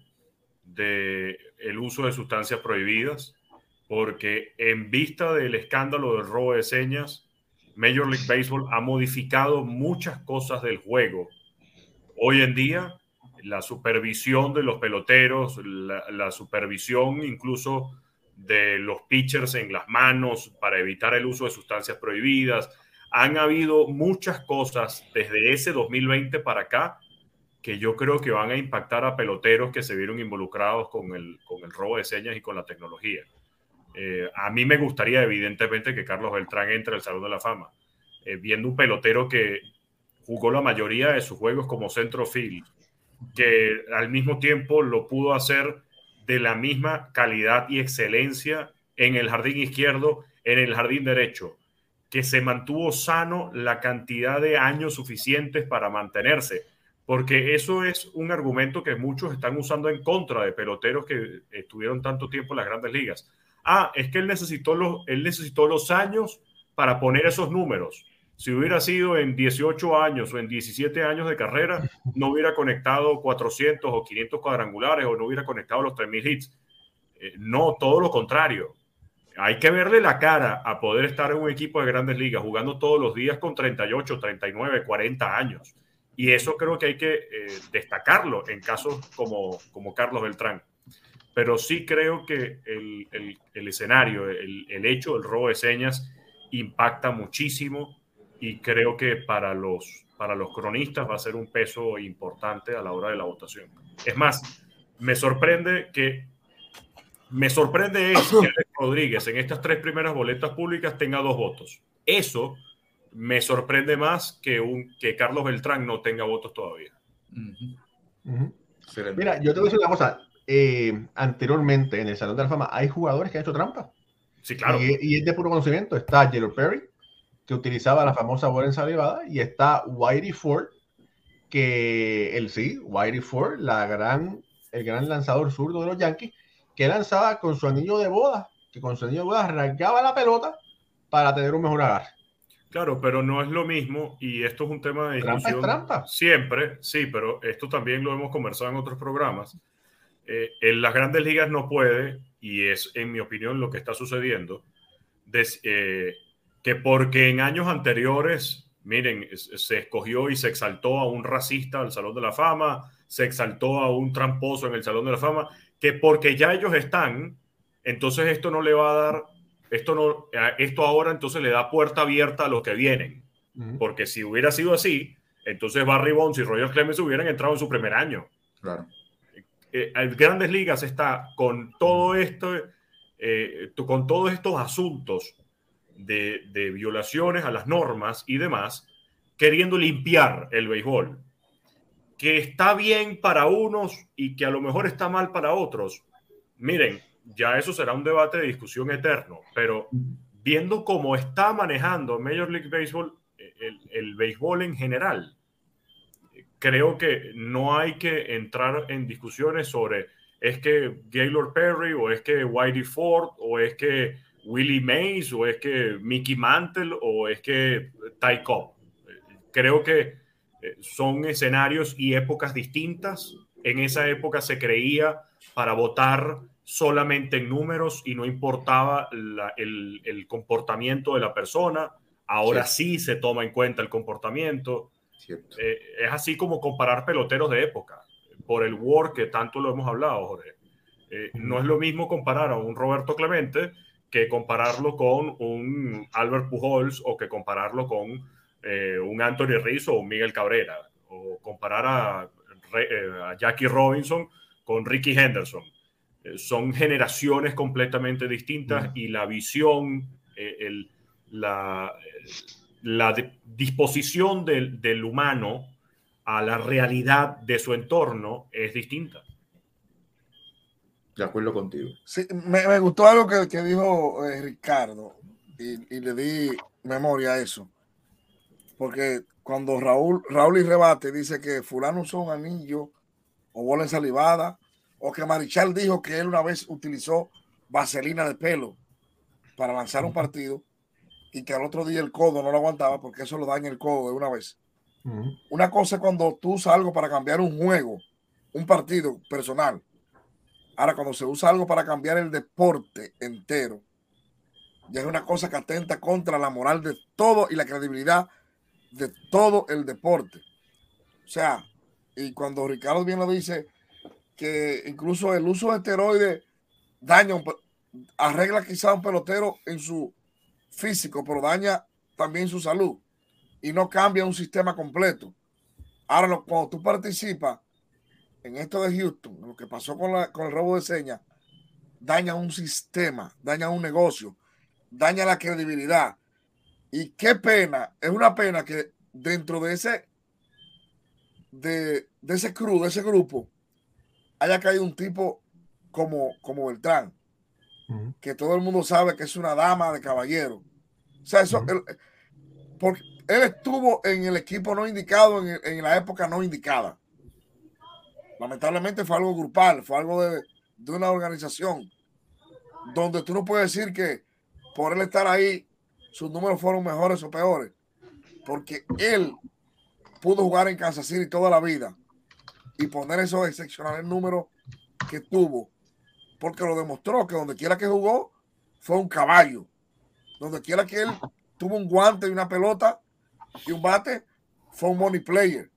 de el uso de sustancias prohibidas, porque en vista del escándalo del robo de señas, Major League Baseball ha modificado muchas cosas del juego. Hoy en día, la supervisión de los peloteros, la, la supervisión incluso de los pitchers en las manos para evitar el uso de sustancias prohibidas, han habido muchas cosas desde ese dos mil veinte para acá que yo creo que van a impactar a peloteros que se vieron involucrados con el, con el robo de señas y con la tecnología. Eh, a mí me gustaría, evidentemente, que Carlos Beltrán entre al Salón de la Fama. Eh, viendo un pelotero que jugó la mayoría de sus juegos como centrofield, que al mismo tiempo lo pudo hacer de la misma calidad y excelencia en el jardín izquierdo, en el jardín derecho, que se mantuvo sano la cantidad de años suficientes para mantenerse. Porque eso es un argumento que muchos están usando en contra de peloteros que estuvieron tanto tiempo en las grandes ligas. Ah, es que él necesitó los, él necesitó los años para poner esos números. Si hubiera sido en dieciocho años o en diecisiete años de carrera, no hubiera conectado cuatrocientos o quinientos cuadrangulares o no hubiera conectado los tres mil hits. Eh, no, todo lo contrario. Hay que verle la cara a poder estar en un equipo de grandes ligas jugando todos los días con treinta y ocho, treinta y nueve, cuarenta años. Y eso creo que hay que eh, destacarlo en casos como, como Carlos Beltrán. Pero sí creo que el, el, el escenario, el, el hecho del robo de señas impacta muchísimo y creo que para los, para los cronistas va a ser un peso importante a la hora de la votación. Es más, me sorprende que me sorprende es que Alex Rodríguez en estas tres primeras boletas públicas tenga dos votos. Eso me sorprende más que, un, que Carlos Beltrán no tenga votos todavía. Uh-huh. Uh-huh. Mira, yo te voy a decir una cosa. Eh, anteriormente en el Salón de la Fama hay jugadores que han hecho trampa. Sí, claro. Y, y es de puro conocimiento. Está Jello Perry, que utilizaba la famosa bola ensalivada, y está Whitey Ford, que él sí, Whitey Ford, la gran, el gran lanzador zurdo de los Yankees, que lanzaba con su anillo de boda, que con su anillo de boda arrancaba la pelota para tener un mejor agarre. Claro, pero no es lo mismo y esto es un tema de discusión. ¿Trampa es trampa? Siempre, sí, pero esto también lo hemos conversado en otros programas. Eh, en las grandes ligas no puede, y es en mi opinión lo que está sucediendo, des, eh, que porque en años anteriores, miren, se escogió y se exaltó a un racista al Salón de la Fama, se exaltó a un tramposo en el Salón de la Fama, que porque ya ellos están, entonces esto no le va a dar, esto, no, esto ahora entonces le da puerta abierta a los que vienen. Uh-huh. Porque si hubiera sido así, entonces Barry Bonds y Roger Clemens hubieran entrado en su primer año. Claro. Eh, Grandes Ligas está con todo esto, eh, con todos estos asuntos de, de violaciones a las normas y demás, queriendo limpiar el béisbol, que está bien para unos y que a lo mejor está mal para otros. Miren, ya eso será un debate de discusión eterno, pero viendo cómo está manejando Major League Baseball el, el béisbol en general, creo que no hay que entrar en discusiones sobre es que Gaylord Perry o es que Whitey Ford o es que Willie Mays o es que Mickey Mantle o es que Ty Cobb. Creo que son escenarios y épocas distintas. En esa época se creía para votar solamente en números y no importaba la, el, el comportamiento de la persona. Ahora sí. sí se toma en cuenta el comportamiento. Eh, es así como comparar peloteros de época, por el W A R que tanto lo hemos hablado, Jorge. Eh, no es lo mismo comparar a un Roberto Clemente que compararlo con un Albert Pujols o que compararlo con eh, un Anthony Rizzo o un Miguel Cabrera, o comparar a, eh, a Jackie Robinson con Ricky Henderson. Eh, son generaciones completamente distintas uh-huh. y la visión, eh, el, la... El, la disposición del, del humano a la realidad de su entorno es distinta. De acuerdo contigo. Sí, me, me gustó algo que, que dijo eh, Ricardo y, y le di memoria a eso. Porque cuando Raúl, Raúl y Rebate dice que fulano son anillos o bola ensalivada, o que Marichal dijo que él una vez utilizó vaselina de pelo para lanzar un partido y que al otro día el codo no lo aguantaba porque eso lo daña el codo de una vez. Uh-huh. Una cosa es cuando tú usas algo para cambiar un juego, un partido personal. Ahora, cuando se usa algo para cambiar el deporte entero, ya es una cosa que atenta contra la moral de todo y la credibilidad de todo el deporte. O sea, y cuando Ricardo bien lo dice, que incluso el uso de esteroides daña, un, arregla quizá un pelotero en su físico, pero daña también su salud y no cambia un sistema completo. Ahora, cuando tú participas en esto de Houston, lo que pasó con, la, con el robo de señas, daña un sistema, daña un negocio, daña la credibilidad. Y qué pena, es una pena que dentro de ese de, de ese crew, de ese grupo, haya caído un tipo como, como Beltrán, uh-huh. que todo el mundo sabe que es una dama de caballero. O sea, eso, uh-huh. él, porque él estuvo en el equipo no indicado, en, en la época no indicada. Lamentablemente fue algo grupal, fue algo de, de una organización donde tú no puedes decir que por él estar ahí sus números fueron mejores o peores, porque él pudo jugar en Kansas City toda la vida y poner esos excepcionales números que tuvo, porque lo demostró que donde quiera que jugó fue un caballo, donde quiera que él tuvo un guante y una pelota y un bate, fue un money player.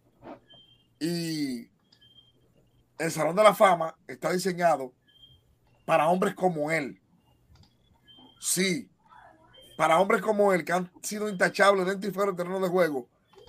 Y el Salón de la Fama está diseñado para hombres como él. Sí, para hombres como él, que han sido intachables dentro y fuera del terreno de juego,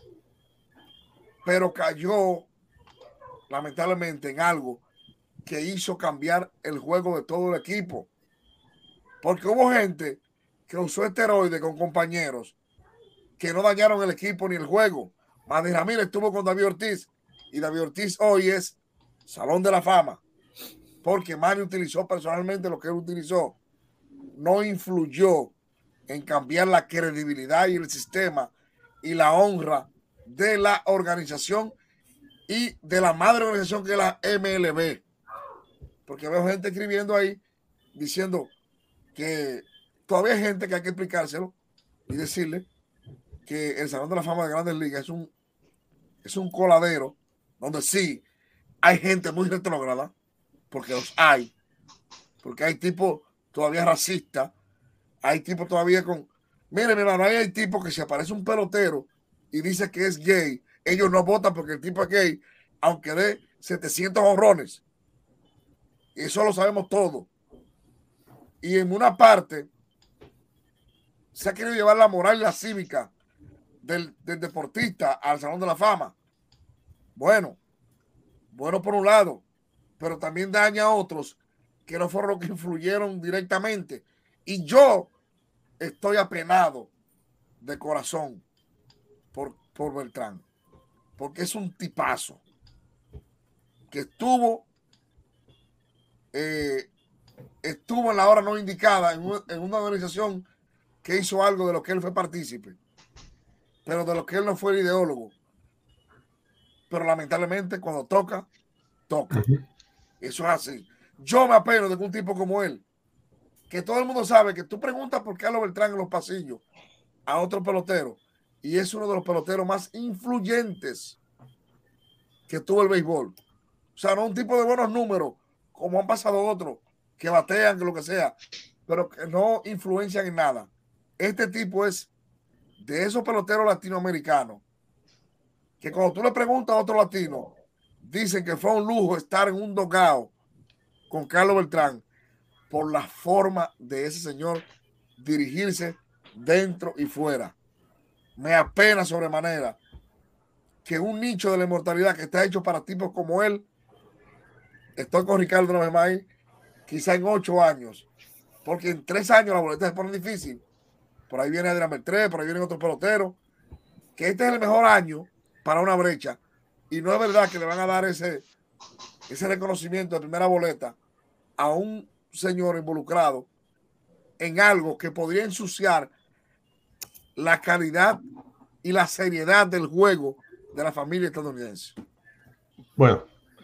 pero cayó lamentablemente en algo que hizo cambiar el juego de todo el equipo. Porque hubo gente que usó esteroides con compañeros que no dañaron el equipo ni el juego. Manny Ramírez estuvo con David Ortiz y David Ortiz hoy es Salón de la Fama porque Manny utilizó personalmente lo que él utilizó. No influyó en cambiar la credibilidad y el sistema y la honra de la organización y de la madre organización que es la M L B. Porque veo gente escribiendo ahí diciendo que todavía hay gente que hay que explicárselo y decirle que el Salón de la Fama de Grandes Ligas es un, es un coladero donde sí hay gente muy retrógrada, porque los hay, porque hay tipos todavía racistas, hay tipos todavía con... Mire, mi hermano, hay tipos que si aparece un pelotero y dice que es gay, ellos no votan porque el tipo es gay, aunque dé setecientos honrones. Y eso lo sabemos todo. Y en una parte se ha querido llevar la moral y la cívica del, del deportista al Salón de la Fama. Bueno, bueno por un lado, pero también daña a otros que no fueron los que influyeron directamente. Y yo estoy apenado de corazón por, por Beltrán, porque es un tipazo que estuvo eh, estuvo en la hora no indicada en, un, en una organización que hizo algo de lo que él fue partícipe, pero de lo que él no fue el ideólogo. Pero lamentablemente cuando toca, toca. Uh-huh. Eso es así. Yo me apeno de que un tipo como él, que todo el mundo sabe que tú preguntas por Carlos Beltrán en los pasillos a otro pelotero, y es uno de los peloteros más influyentes que tuvo el béisbol. O sea, no un tipo de buenos números, como han pasado otros, que batean, que lo que sea, pero que no influencian en nada. Este tipo es de esos peloteros latinoamericanos que cuando tú le preguntas a otro latino, dicen que fue un lujo estar en un dogao con Carlos Beltrán por la forma de ese señor dirigirse dentro y fuera. Me apena sobremanera que un nicho de la inmortalidad que está hecho para tipos como él, estoy con Ricardo no me ahí, quizá en ocho años, porque en tres años la boleta se pone difícil. Por ahí viene Adrián Beltré, por ahí vienen otros peloteros, que este es el mejor año para una brecha, y no es verdad que le van a dar ese, ese reconocimiento de primera boleta a un señor involucrado en algo que podría ensuciar la calidad y la seriedad del juego de la familia estadounidense. Bueno,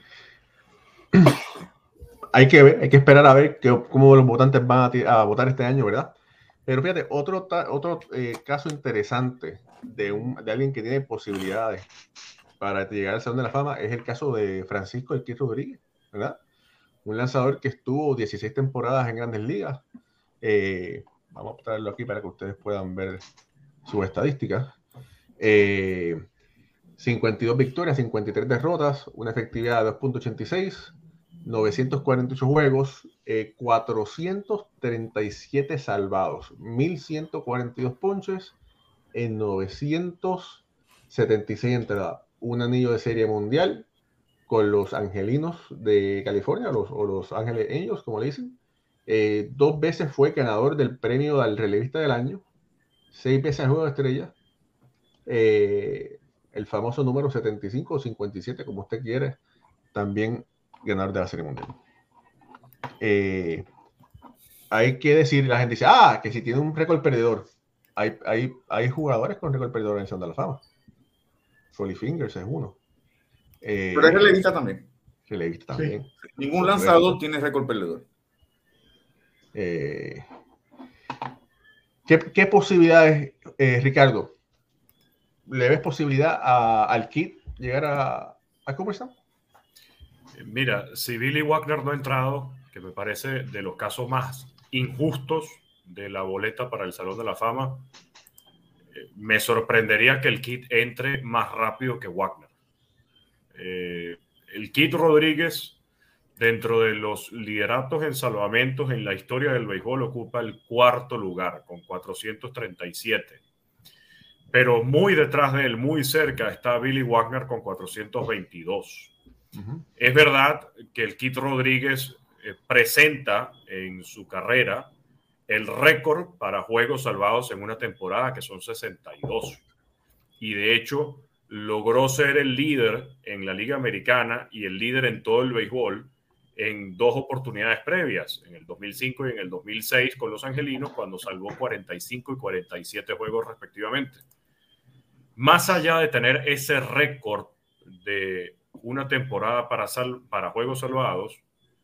hay que ver, hay que esperar a ver que, cómo los votantes van a, a votar este año, ¿verdad? Pero fíjate, otro, otro eh, caso interesante de, un, de alguien que tiene posibilidades para llegar al Salón de la Fama es el caso de Francisco El Kid Rodríguez, ¿verdad? Un lanzador que estuvo dieciséis temporadas en Grandes Ligas. Eh, vamos a traerlo aquí para que ustedes puedan ver sus estadísticas. Eh, cincuenta y dos victorias, cincuenta y tres derrotas, una efectividad de dos punto ochenta y seis, novecientos cuarenta y ocho juegos, eh, cuatrocientos treinta y siete salvados, mil ciento cuarenta y dos ponches en novecientos setenta y seis entradas. Un anillo de serie mundial con los Angelinos de California, los, o los Ángeles Angels, como le dicen. Eh, dos veces fue ganador del premio al relevista del año, seis veces al juego de estrellas, eh, el famoso número setenta y cinco o cincuenta y siete, como usted quiere, también ganador de la serie mundial. Eh, hay que decir, la gente dice, ah, que si tiene un récord perdedor, hay, hay, hay jugadores con récord perdedor en el Salón de la Fama. Foley Fingers es uno. Eh, Pero es relevista también. Relevista también. Sí. Ningún lanzador tiene récord perdedor. Eh, ¿qué, ¿Qué posibilidades, eh, Ricardo? ¿Le ves posibilidad a, al Kid llegar a, a Cooperstown? Mira, si Billy Wagner no ha entrado, que me parece de los casos más injustos de la boleta para el Salón de la Fama, eh, me sorprendería que el Kid entre más rápido que Wagner. Eh, el Kid Rodríguez, dentro de los lideratos en salvamentos en la historia del béisbol, ocupa el cuarto lugar con cuatrocientos treinta y siete. Pero muy detrás de él, muy cerca, está Billy Wagner con cuatrocientos veintidós. Uh-huh. Es verdad que el Kid Rodríguez eh, presenta en su carrera el récord para juegos salvados en una temporada, que son sesenta y dos. Y de hecho, logró ser el líder en la Liga Americana y el líder en todo el béisbol en dos oportunidades previas, en el dos mil cinco y en el dos mil seis con los Angelinos, cuando salvó cuarenta y cinco y cuarenta y siete juegos respectivamente. Más allá de tener ese récord de una temporada para, sal, para juegos salvados,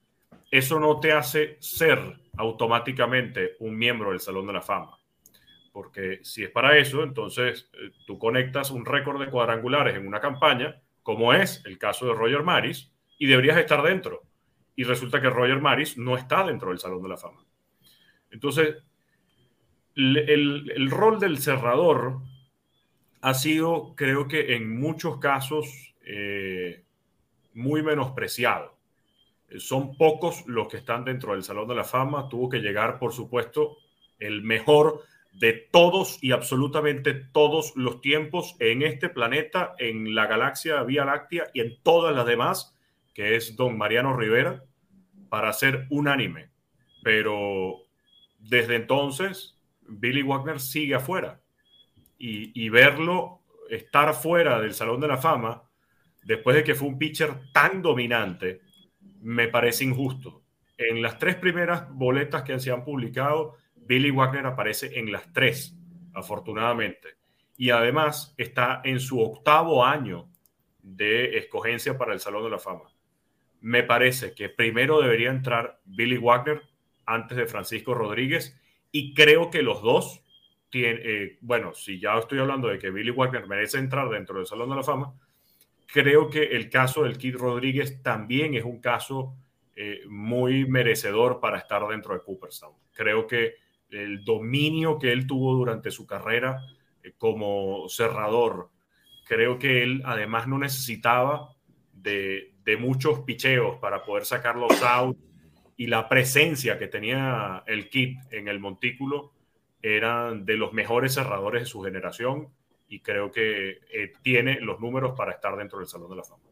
eso no te hace ser automáticamente un miembro del Salón de la Fama. porque si es para eso, entonces eh, tú conectas un récord de cuadrangulares en una campaña, como es el caso de Roger Maris, y deberías estar dentro. Y resulta que Roger Maris no está dentro del Salón de la Fama. Entonces, el, el, el rol del cerrador ha sido, creo que en muchos casos, eh, muy menospreciado. Son pocos los que están dentro del Salón de la Fama. Tuvo que llegar, por supuesto, el mejor de todos y absolutamente todos los tiempos en este planeta, en la galaxia Vía Láctea y en todas las demás, que es don Mariano Rivera, para ser unánime. Pero desde entonces, Billy Wagner sigue afuera. Y, y verlo estar fuera del Salón de la Fama, después de que fue un pitcher tan dominante, me parece injusto. En las tres primeras boletas que se han publicado, Billy Wagner aparece en las tres, afortunadamente. Y además está en su octavo año de escogencia para el Salón de la Fama. Me parece que primero debería entrar Billy Wagner antes de Francisco Rodríguez, y creo que los dos tienen, eh, bueno, si ya estoy hablando de que Billy Wagner merece entrar dentro del Salón de la Fama, creo que el caso del Kid Rodríguez también es un caso eh, muy merecedor para estar dentro de Cooperstown. Creo que el dominio que él tuvo durante su carrera eh, como cerrador, creo que él además no necesitaba de, de muchos picheos para poder sacar los outs, y la presencia que tenía el Kid en el montículo eran de los mejores cerradores de su generación, y creo que eh, tiene los números para estar dentro del Salón de la Fama.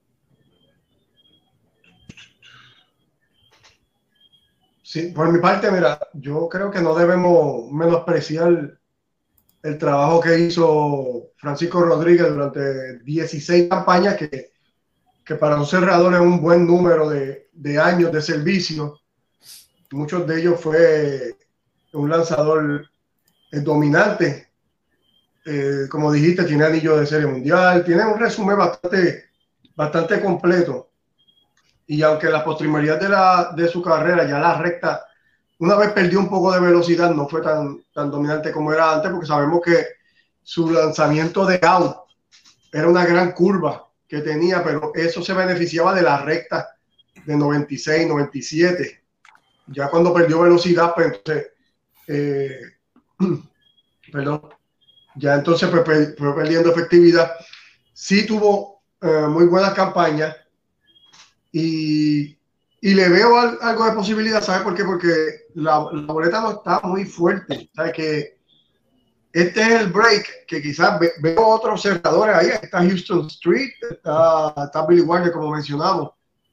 Sí, por mi parte, mira, yo creo que no debemos menospreciar el trabajo que hizo Francisco Rodríguez durante dieciséis campañas, que, que para un cerrador es un buen número de, de años de servicio. Muchos de ellos fue un lanzador eh, dominante. Eh, como dijiste, tiene anillo de serie mundial, tiene un resumen bastante, bastante completo. Y aunque la postrimería de, la, de su carrera, ya la recta, una vez perdió un poco de velocidad, no fue tan, tan dominante como era antes, porque sabemos que su lanzamiento de out era una gran curva que tenía, pero eso se beneficiaba de la recta de noventa y seis, noventa y siete. Ya cuando perdió velocidad, pues entonces, eh, perdón, ya entonces fue, fue perdiendo efectividad. Sí tuvo eh, muy buenas campañas, y, y le veo al, algo de posibilidad. ¿Sabes por qué? Porque la, la boleta no está muy fuerte. ¿Sabes? Que este es el break, que quizás ve, veo otros cerradores ahí. Está Houston Street, está, está Billy Wagner, como mencionamos,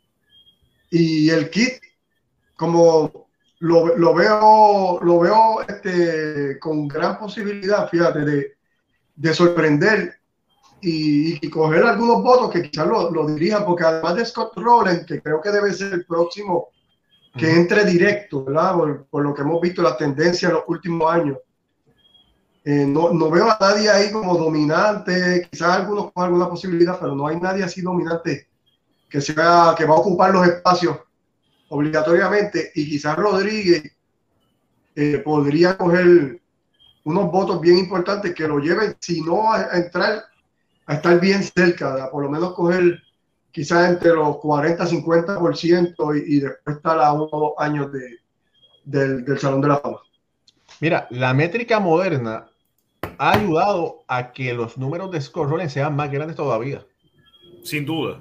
y el Kid, como lo, lo veo, lo veo este, con gran posibilidad, fíjate, de, de sorprender y, y coger algunos votos que quizás lo, lo dirijan, porque además de Scott Rowland, que creo que debe ser el próximo que entre directo, ¿verdad? Por, por lo que hemos visto las tendencias en los últimos años. Eh, no, no veo a nadie ahí como dominante, quizás algunos con alguna posibilidad, pero no hay nadie así dominante que, sea, que va a ocupar los espacios obligatoriamente, y quizás Rodríguez eh, podría coger unos votos bien importantes que lo lleven, si no a, a entrar, a estar bien cerca, a por lo menos coger quizás entre los cuarenta, cincuenta por ciento, y, y después estar a unos dos años de, del, del Salón de la Fama. Mira, la métrica moderna ha ayudado a que los números de Scott Rowland sean más grandes todavía. Sin duda.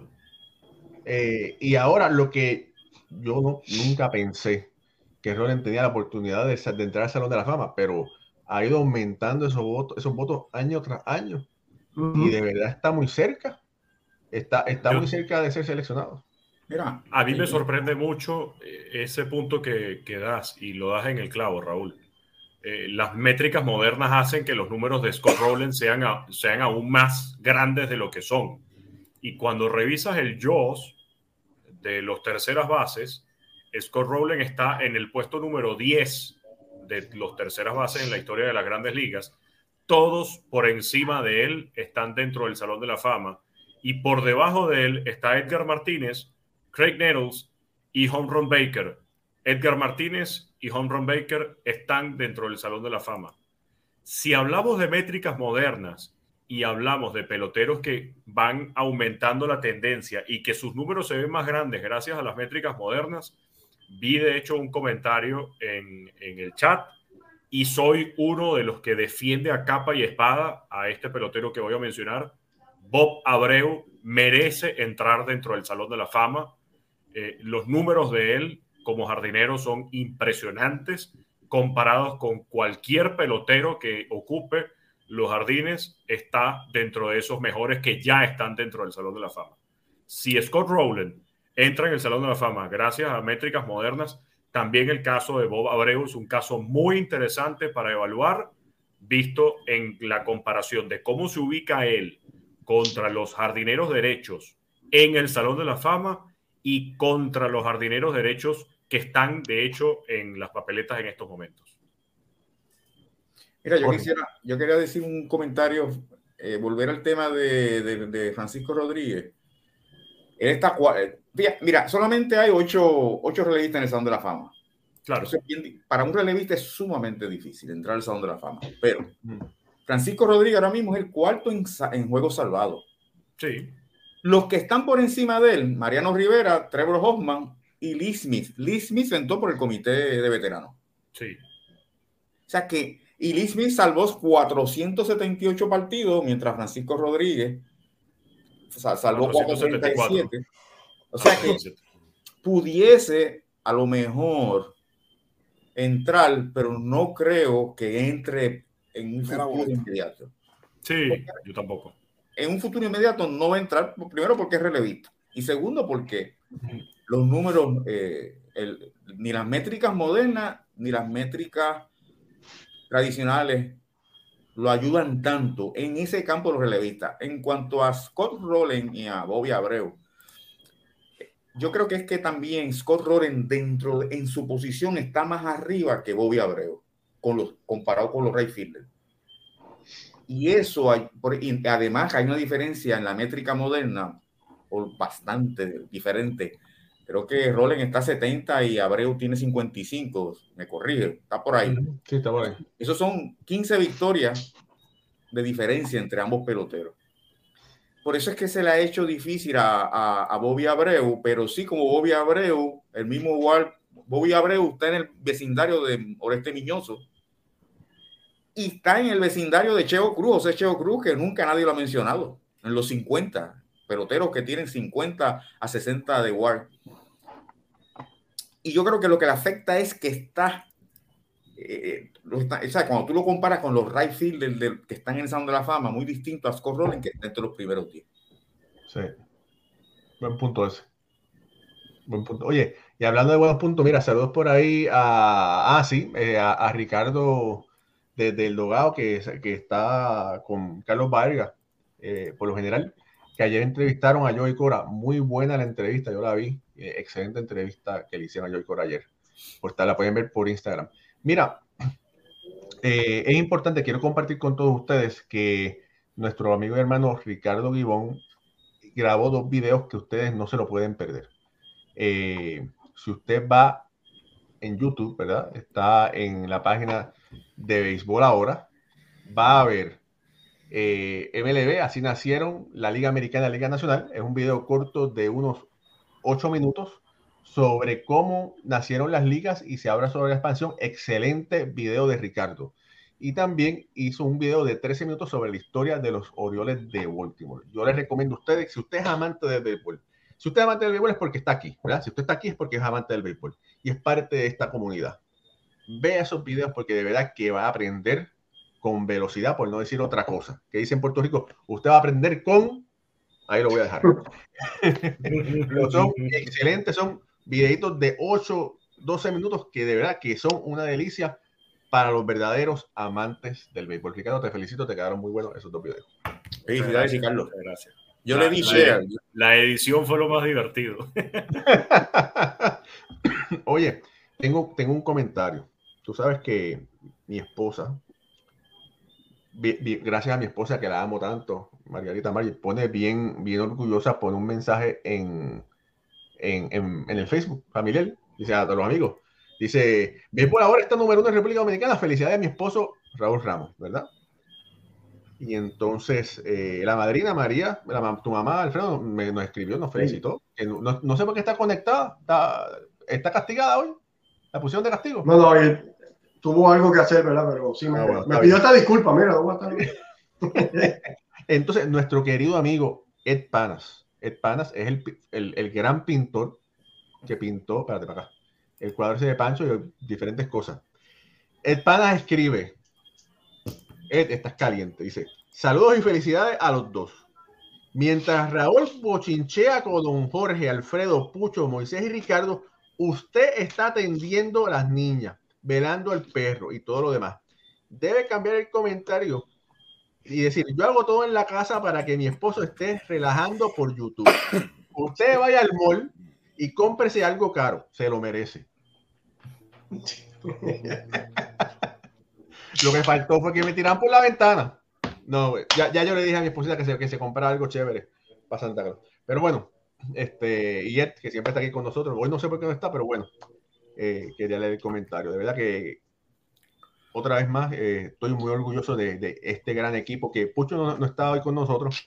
Eh, y ahora lo que yo no, nunca pensé que Rowland tenía la oportunidad de, de entrar al Salón de la Fama, pero ha ido aumentando esos votos, esos votos año tras año. Uh-huh. Y de verdad está muy cerca. Está, está yo, muy cerca de ser seleccionado. Mira, a mí me sorprende mucho ese punto que, que das, y lo das en el clavo, Raúl. Eh, las métricas modernas hacen que los números de Scott Rowland sean, a, sean aún más grandes de lo que son. Y cuando revisas el Jaws de los terceras bases, Scott Rowland está en el puesto número diez de los terceras bases en la historia de las grandes ligas. Todos por encima de él están dentro del Salón de la Fama, y por debajo de él está Edgar Martínez, Craig Nettles y Home Run Baker. Edgar Martínez y Home Run Baker están dentro del Salón de la Fama. Si hablamos de métricas modernas y hablamos de peloteros que van aumentando la tendencia y que sus números se ven más grandes gracias a las métricas modernas, vi de hecho un comentario en, en el chat y soy uno de los que defiende a capa y espada a este pelotero que voy a mencionar. Bob Abreu merece entrar dentro del Salón de la Fama. Eh, los números de él como jardinero son impresionantes comparados con cualquier pelotero que ocupe los jardines. Está dentro de esos mejores que ya están dentro del Salón de la Fama. Si Scott Rowland entra en el Salón de la Fama gracias a métricas modernas, también el caso de Bob Abreu es un caso muy interesante para evaluar, visto en la comparación de cómo se ubica él contra los jardineros derechos en el Salón de la Fama y contra los jardineros derechos que están, de hecho, en las papeletas en estos momentos. Mira, yo, quisiera, yo quería decir un comentario, eh, volver al tema de, de, de Francisco Rodríguez. Él está, mira, solamente hay ocho, ocho relevistas en el Salón de la Fama. Claro. Entonces, para un relevista es sumamente difícil entrar al Salón de la Fama. Pero Francisco Rodríguez ahora mismo es el cuarto en, en juegos salvados. Sí. Los que están por encima de él, Mariano Rivera, Trevor Hoffman y Lee Smith. Lee Smith entró por el comité de veteranos. Sí. O sea que, y Lee Smith salvó cuatrocientos setenta y ocho partidos, mientras Francisco Rodríguez o sea, salvó cuatrocientos setenta y siete. O sea que pudiese a lo mejor entrar, pero no creo que entre en un futuro inmediato. Sí, porque yo tampoco. En un futuro inmediato no va a entrar, primero porque es relevista, y segundo porque los números, eh, el, ni las métricas modernas, ni las métricas tradicionales lo ayudan tanto en ese campo de los relevistas. En cuanto a Scott Rowland y a Bobby Abreu, yo creo que es que también Scott Rowland dentro de, en su posición está más arriba que Bobby Abreu con los, comparado con los right fielders. Y eso hay, por, y además hay una diferencia en la métrica moderna o bastante diferente. Creo que Rowland está a setenta y Abreu tiene cincuenta y cinco, me corrige, está por ahí. Sí, está por ahí. Esos son quince victorias de diferencia entre ambos peloteros. Por eso es que se le ha hecho difícil a, a, a Bobby Abreu, pero sí, como Bobby Abreu, el mismo igual, Bobby Abreu está en el vecindario de Oreste Miñoso y está en el vecindario de Cheo Cruz, José Cheo Cruz, que nunca nadie lo ha mencionado, en los cincuenta peloteros que tienen cincuenta a sesenta de W A R. Y yo creo que lo que le afecta es que está, eh, está o sea, cuando tú lo comparas con los right fielders del, que están en el Salón de la Fama, muy distinto a Scott Rowland, que está entre los primeros diez. Sí, buen punto ese. Buen punto. Oye, y hablando de buenos puntos, mira, saludos por ahí a, ah, sí, eh, a, a Ricardo desde el Dogado, que, que está con Carlos Vargas, eh, por lo general, que ayer entrevistaron a Joey Cora. Muy buena la entrevista, yo la vi. Eh, excelente entrevista que le hicieron a Joey Cora ayer. Por estar, la pueden ver por Instagram. Mira, eh, es importante, quiero compartir con todos ustedes que nuestro amigo y hermano Ricardo Gibón grabó dos videos que ustedes no se lo pueden perder. Eh, si usted va en YouTube, ¿verdad? Está en la página de Béisbol Ahora, va a ver eh, M L B, así nacieron la Liga Americana y la Liga Nacional. Es un video corto de unos ocho minutos sobre cómo nacieron las ligas y se habla sobre la expansión. Excelente video de Ricardo. Y también hizo un video de trece minutos sobre la historia de los Orioles de Baltimore. Yo les recomiendo a ustedes, si usted es amante del béisbol, si usted es amante del béisbol es porque está aquí, ¿verdad? Si usted está aquí es porque es amante del béisbol y es parte de esta comunidad. Vea esos videos porque de verdad que va a aprender con velocidad, por no decir otra cosa. Que dice en Puerto Rico, usted va a aprender con... Ahí lo voy a dejar. Pero son excelentes, son videitos de ocho, doce minutos que de verdad que son una delicia para los verdaderos amantes del béisbol. Ricardo, te felicito, te quedaron muy buenos esos dos videos. Felicidades, Ricardo. Gracias. Yo la, le di la, share. La edición fue lo más divertido. Oye, tengo, tengo un comentario. Tú sabes que mi esposa, bi, bi, gracias a mi esposa que la amo tanto, Margarita Margie, pone bien, bien orgullosa, pone un mensaje en, en, en, en el Facebook familiar, dice a todos los amigos, dice, Béisbol Ahora está número uno en República Dominicana, felicidades a mi esposo Raúl Ramos, ¿verdad? Y entonces eh, la madrina María, la, tu mamá Alfredo, me, nos escribió, nos felicitó. Sí. No, no, no sé por qué está conectada, está, está castigada hoy. ¿La pusieron de castigo? No, no, él tuvo algo que hacer, ¿verdad? Pero sí, ah, me, bueno, me pidió esta disculpa, mira, no va a estar... Entonces, nuestro querido amigo Ed Panas. Ed Panas es el, el, el gran pintor que pintó, espérate para acá, el cuadro ese de Pancho y diferentes cosas. Ed Panas escribe, Ed, estás caliente, dice, saludos y felicidades a los dos. Mientras Raúl bochinchea con don Jorge, Alfredo, Pucho, Moisés y Ricardo, usted está atendiendo a las niñas, velando al perro y todo lo demás. Debe cambiar el comentario y decir, yo hago todo en la casa para que mi esposo esté relajando por YouTube. Usted vaya al mall y cómprese algo caro, se lo merece. Lo que faltó fue que me tiraran por la ventana. No, ya, ya yo le dije a mi esposita que se, que se comprara algo chévere para Santa Claus. Pero bueno, este, y Ed, que siempre está aquí con nosotros, hoy no sé por qué no está, pero bueno, eh, quería leer el comentario. De verdad que otra vez más, eh, estoy muy orgulloso de, de este gran equipo, que Pucho no, no está hoy con nosotros,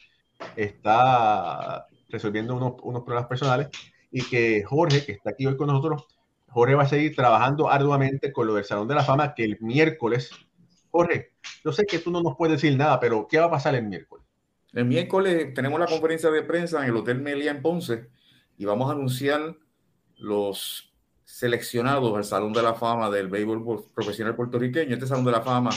está resolviendo unos, unos problemas personales, y que Jorge, que está aquí hoy con nosotros, Jorge va a seguir trabajando arduamente con lo del Salón de la Fama, que el miércoles, Jorge, yo sé que tú no nos puedes decir nada, pero ¿qué va a pasar el miércoles? El miércoles tenemos la conferencia de prensa en el Hotel Meliá en Ponce, y vamos a anunciar los seleccionados al Salón de la Fama del béisbol profesional puertorriqueño. Este Salón de la Fama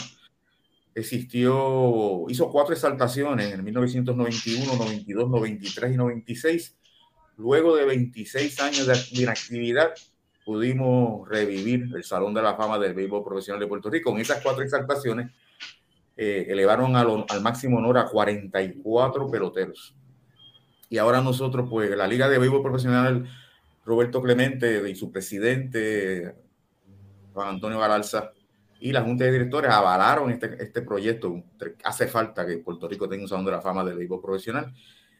existió, hizo cuatro exaltaciones en mil novecientos noventa y uno, noventa y dos, noventa y tres y noventa y seis. Luego de veintiséis años de inactividad, pudimos revivir el Salón de la Fama del béisbol profesional de Puerto Rico. En esas cuatro exaltaciones eh, elevaron al, al máximo honor a cuarenta y cuatro peloteros. Y ahora nosotros, pues, la Liga de Béisbol Profesional, Roberto Clemente y su presidente, Juan Antonio Galarza, y la Junta de Directores avalaron este, este proyecto. Hace falta que Puerto Rico tenga un Salón de la Fama del béisbol profesional.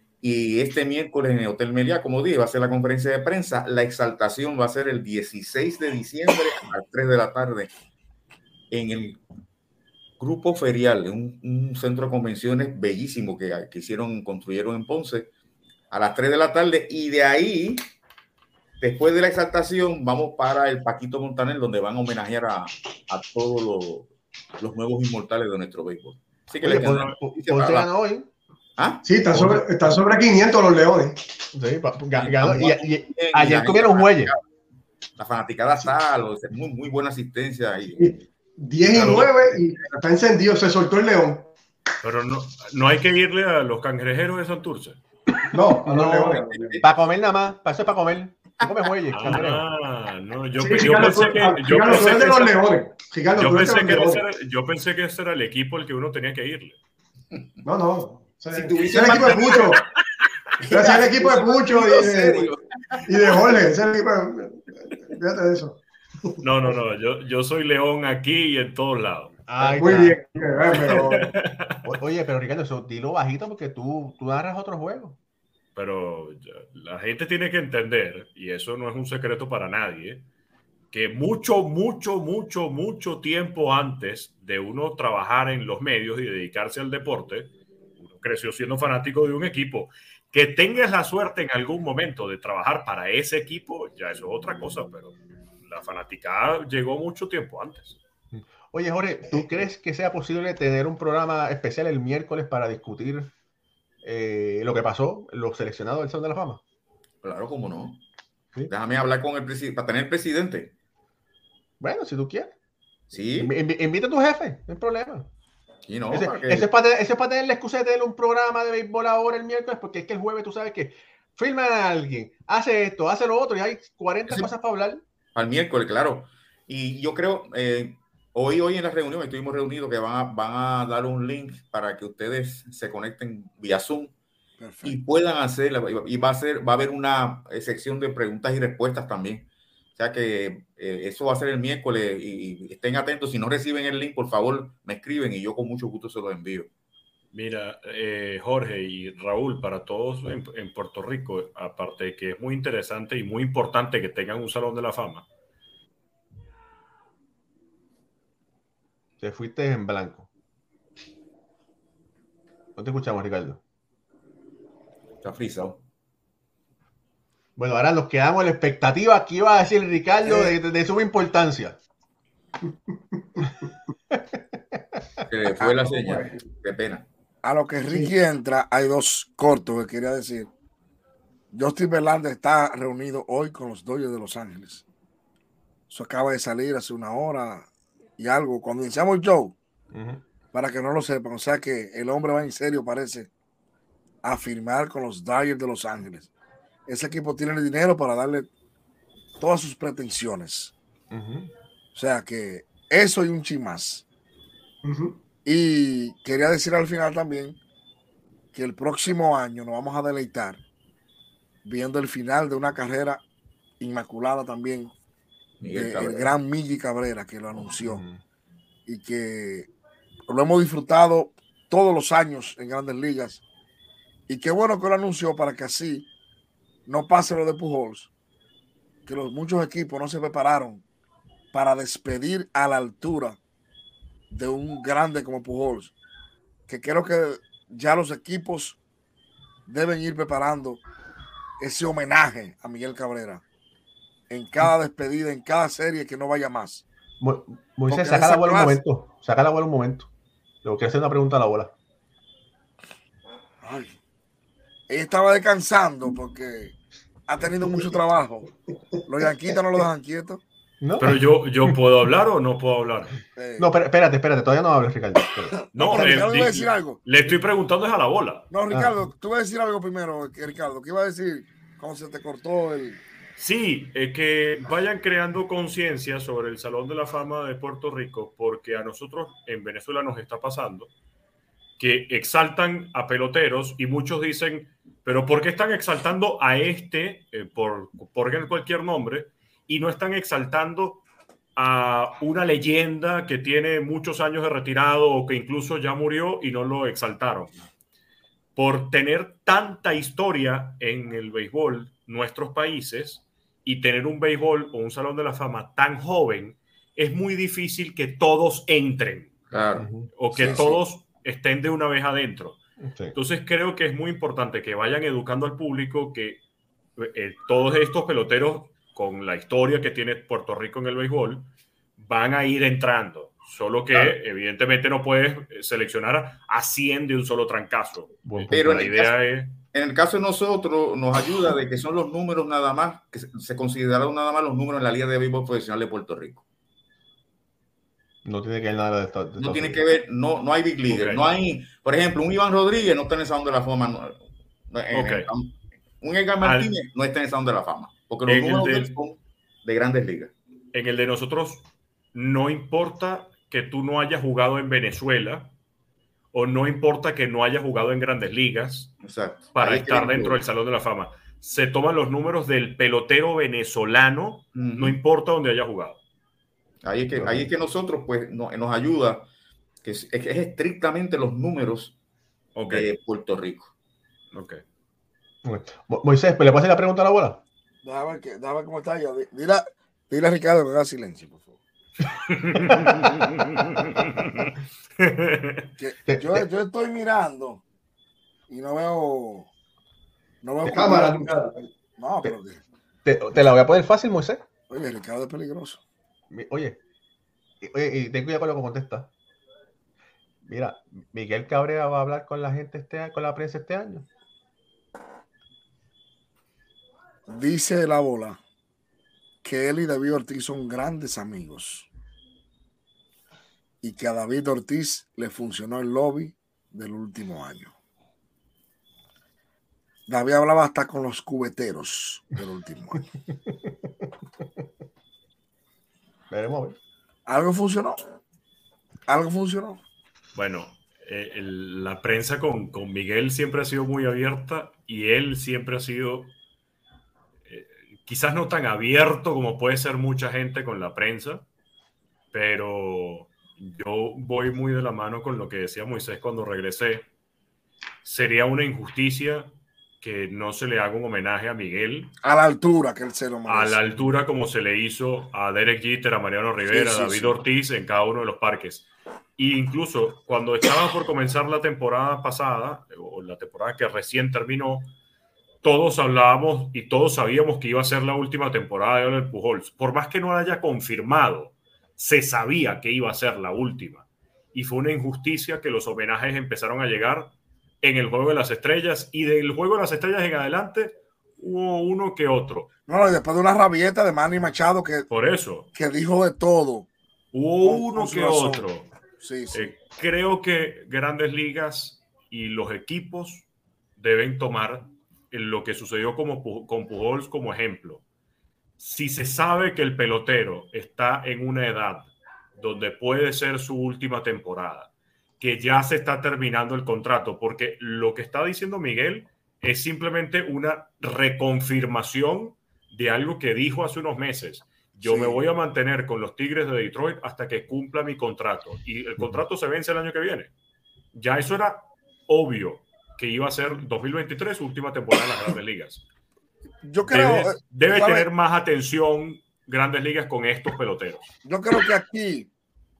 Y este miércoles en el Hotel Meliá, como dije, va a ser la conferencia de prensa. La exaltación va a ser el dieciséis de diciembre a las tres de la tarde en el Grupo Ferial, un, un centro de convenciones bellísimo que, que hicieron, construyeron en Ponce, a las tres de la tarde. Y de ahí, después de la exaltación, vamos para el Paquito Montaner, donde van a homenajear a, a todos los, los nuevos inmortales de nuestro béisbol. Así que Oye, les Ponce ganó hoy. ¿Ah? Sí, están sobre, están sobre quinientos los Leones. Sí, ganó, y, y, y ayer comieron muelle. La fanaticada está, muy, muy buena asistencia ahí. diez y nueve y está encendido, se soltó el León. Pero no, no hay que irle a los cangrejeros de Santurce. No, a los no, Leones. Para comer nada más, para eso es para comer. Tú comes muelle. Ah, no, yo, sí, yo Ricardo, pensé que. Ricardo, Yo pensé de que, los esa, Leones. Ricardo, yo, pensé que los ese era, yo pensé que ese era el equipo al que uno tenía que irle. No, no. Si si tuviese el equipo de Pucho. Ese es el equipo de Pucho y de, y de Jorge. Ese es el equipo de... Fíjate de eso. No, no, no. Yo, yo soy León aquí y en todos lados. Ay, muy bien. Pero... Oye, pero Ricardo, eso dilo bajito porque tú, tú narras otro juego. Pero la gente tiene que entender, y eso no es un secreto para nadie, que mucho, mucho, mucho, mucho tiempo antes de uno trabajar en los medios y dedicarse al deporte, uno creció siendo fanático de un equipo. Que tengas la suerte en algún momento de trabajar para ese equipo, ya eso es otra cosa, pero la fanaticada llegó mucho tiempo antes. Oye, Jorge, ¿tú crees que sea posible tener un programa especial el miércoles para discutir eh, lo que pasó, los seleccionados del Salón de la Fama? Claro, cómo no. ¿Sí? Déjame hablar con el presidente, para tener presidente. Bueno, si tú quieres. Sí. Inv invita a tu jefe, no hay problema. Sí, no, ese, para que... ese, es para tener, ese es para tener la excusa de tener un programa de béisbol ahora el miércoles, porque es que el jueves tú sabes que filman a alguien, hace esto, hace lo otro, y hay cuarenta ese, cosas para hablar. Al miércoles, claro. Y yo creo, eh, hoy, hoy en la reunión estuvimos reunidos que van a, van a dar un link para que ustedes se conecten vía Zoom. Perfecto. Y puedan hacer, y va a ser, va a haber una sección de preguntas y respuestas también. O sea que eh, eso va a ser el miércoles y, y estén atentos. Si no reciben el link, por favor, me escriben y yo con mucho gusto se los envío. Mira, eh, Jorge y Raúl, para todos en, en Puerto Rico, aparte de que es muy interesante y muy importante que tengan un Salón de la Fama, Te fuiste en blanco. No te escuchamos, Ricardo. Está frisado. Bueno, ahora nos quedamos en la expectativa que iba a decir Ricardo de, de, de suma importancia. Que fue la señal. Qué pena. A lo que Ricky sí. entra, hay dos cortos que quería decir. Justin Verlander está reunido hoy con los Dodgers de Los Ángeles. Eso acaba de salir hace una hora y algo. Cuando iniciamos el show, uh-huh. para que no lo sepan, o sea que el hombre va en serio, parece, a firmar con los Dodgers de Los Ángeles. Ese equipo tiene el dinero para darle todas sus pretensiones. Uh-huh. O sea que eso y un chin más. Uh-huh. Y quería decir al final también que el próximo año nos vamos a deleitar viendo el final de una carrera inmaculada también del de gran Miggy Cabrera, que lo anunció. Uh-huh. Y que lo hemos disfrutado todos los años en Grandes Ligas. Y qué bueno que lo anunció para que así no pase lo de Pujols, que los muchos equipos no se prepararon para despedir a la altura de un grande como Pujols, que creo que ya los equipos deben ir preparando ese homenaje a Miguel Cabrera en cada despedida, en cada serie, que no vaya más. Moisés, saca la bola un momento, saca la bola un momento. Le voy a hacer una pregunta a la bola. Ay, ella estaba descansando porque ha tenido mucho trabajo. Los yanquitas no lo dejan quieto. ¿No? Pero yo, yo puedo hablar o no puedo hablar. Eh. No, pero, espérate, espérate, todavía no hables, Ricardo. Espérate. No, no le, Ricardo iba a decir algo. Le estoy preguntando es a la bola. No, Ricardo, ah. tú vas a decir algo primero, Ricardo. ¿Qué iba a decir cuando se te cortó el...? Sí, eh, que vayan creando conciencia sobre el Salón de la Fama de Puerto Rico, porque a nosotros en Venezuela nos está pasando que exaltan a peloteros y muchos dicen, pero ¿por qué están exaltando a este eh, por, por cualquier nombre y no están exaltando a una leyenda que tiene muchos años de retirado o que incluso ya murió y no lo exaltaron? Por tener tanta historia en el béisbol, nuestros países, y tener un béisbol o un Salón de la Fama tan joven, es muy difícil que todos entren. Claro. O que sí, todos sí. estén de una vez adentro. Sí. Entonces creo que es muy importante que vayan educando al público que eh, todos estos peloteros con la historia que tiene Puerto Rico en el béisbol van a ir entrando. Solo que claro. evidentemente no puedes seleccionar a cien de un solo trancazo. Bueno, pero la idea caso, es... En el caso de nosotros nos ayuda de que son los números nada más, que se, se consideraron nada más los números en la Liga de Béisbol Profesional de Puerto Rico. No tiene que ver nada de esto. De no tiene que ver, no, no hay Big League. Okay. No hay, por ejemplo, un Iván Rodríguez no está en el Salón de la Fama. No, en, okay. en, un Edgar Martínez Al, no está en el Salón de la Fama. Porque los números de, son de Grandes Ligas. En el de nosotros, no importa que tú no hayas jugado en Venezuela o no importa que no hayas jugado en Grandes Ligas. Exacto. Para Ahí estar dentro del Salón de la Fama. Se toman los números del pelotero venezolano, uh-huh. no importa dónde haya jugado. Ahí es que, ahí es que nosotros pues no, nos ayuda, que es, es estrictamente los números okay. de Puerto Rico. Ok. Moisés, ¿le puedes hacer la pregunta a la bola? Déjame ver, que, déjame ver cómo está ella. Dile, dile a Ricardo que haga silencio, por favor. que, yo, yo estoy mirando y no veo... No veo... cámara, Ricardo. No, pero... Te, te la voy a poner fácil, Moisés. Oye, Ricardo es peligroso. Oye, oye, y ten cuidado con lo que contesta. Mira, Miguel Cabrera va a hablar con la gente este con la prensa este año. Dice la bola que él y David Ortiz son grandes amigos y que a David Ortiz le funcionó el lobby del último año. David hablaba hasta con los cubeteros del último año. Veremos. ¿Algo funcionó? ¿Algo funcionó? Bueno, eh, el, la prensa con, con Miguel siempre ha sido muy abierta y él siempre ha sido eh, quizás no tan abierto como puede ser mucha gente con la prensa, pero yo voy muy de la mano con lo que decía Moisés cuando regresé. Sería una injusticia que no se le haga un homenaje a Miguel. A la altura que él se lo merece. A la altura como se le hizo a Derek Jeter, a Mariano Rivera, Sí, sí, a David sí. Ortiz en cada uno de los parques. E incluso cuando estaba por comenzar la temporada pasada, o la temporada que recién terminó, todos hablábamos y todos sabíamos que iba a ser la última temporada de Albert Pujols. Por más que no la haya confirmado, se sabía que iba a ser la última. Y fue una injusticia que los homenajes empezaron a llegar en el Juego de las Estrellas, y del Juego de las Estrellas en adelante hubo uno que otro. No, y después de una rabieta de Manny Machado que, Por eso. que dijo de todo. Hubo Con- uno con su que razón. otro. Sí, sí. Eh, creo que Grandes Ligas y los equipos deben tomar lo que sucedió como, Pu- con Pujols como ejemplo. Si se sabe que el pelotero está en una edad donde puede ser su última temporada, que ya se está terminando el contrato, porque lo que está diciendo Miguel es simplemente una reconfirmación de algo que dijo hace unos meses. Yo Sí. me voy a mantener con los Tigres de Detroit hasta que cumpla mi contrato. Y el contrato se vence el año que viene. Ya eso era obvio que iba a ser dos mil veintitrés, su última temporada en las Grandes Ligas. Yo creo, Debe, eh, debe ¿sabe? tener más atención Grandes Ligas con estos peloteros. Yo creo que aquí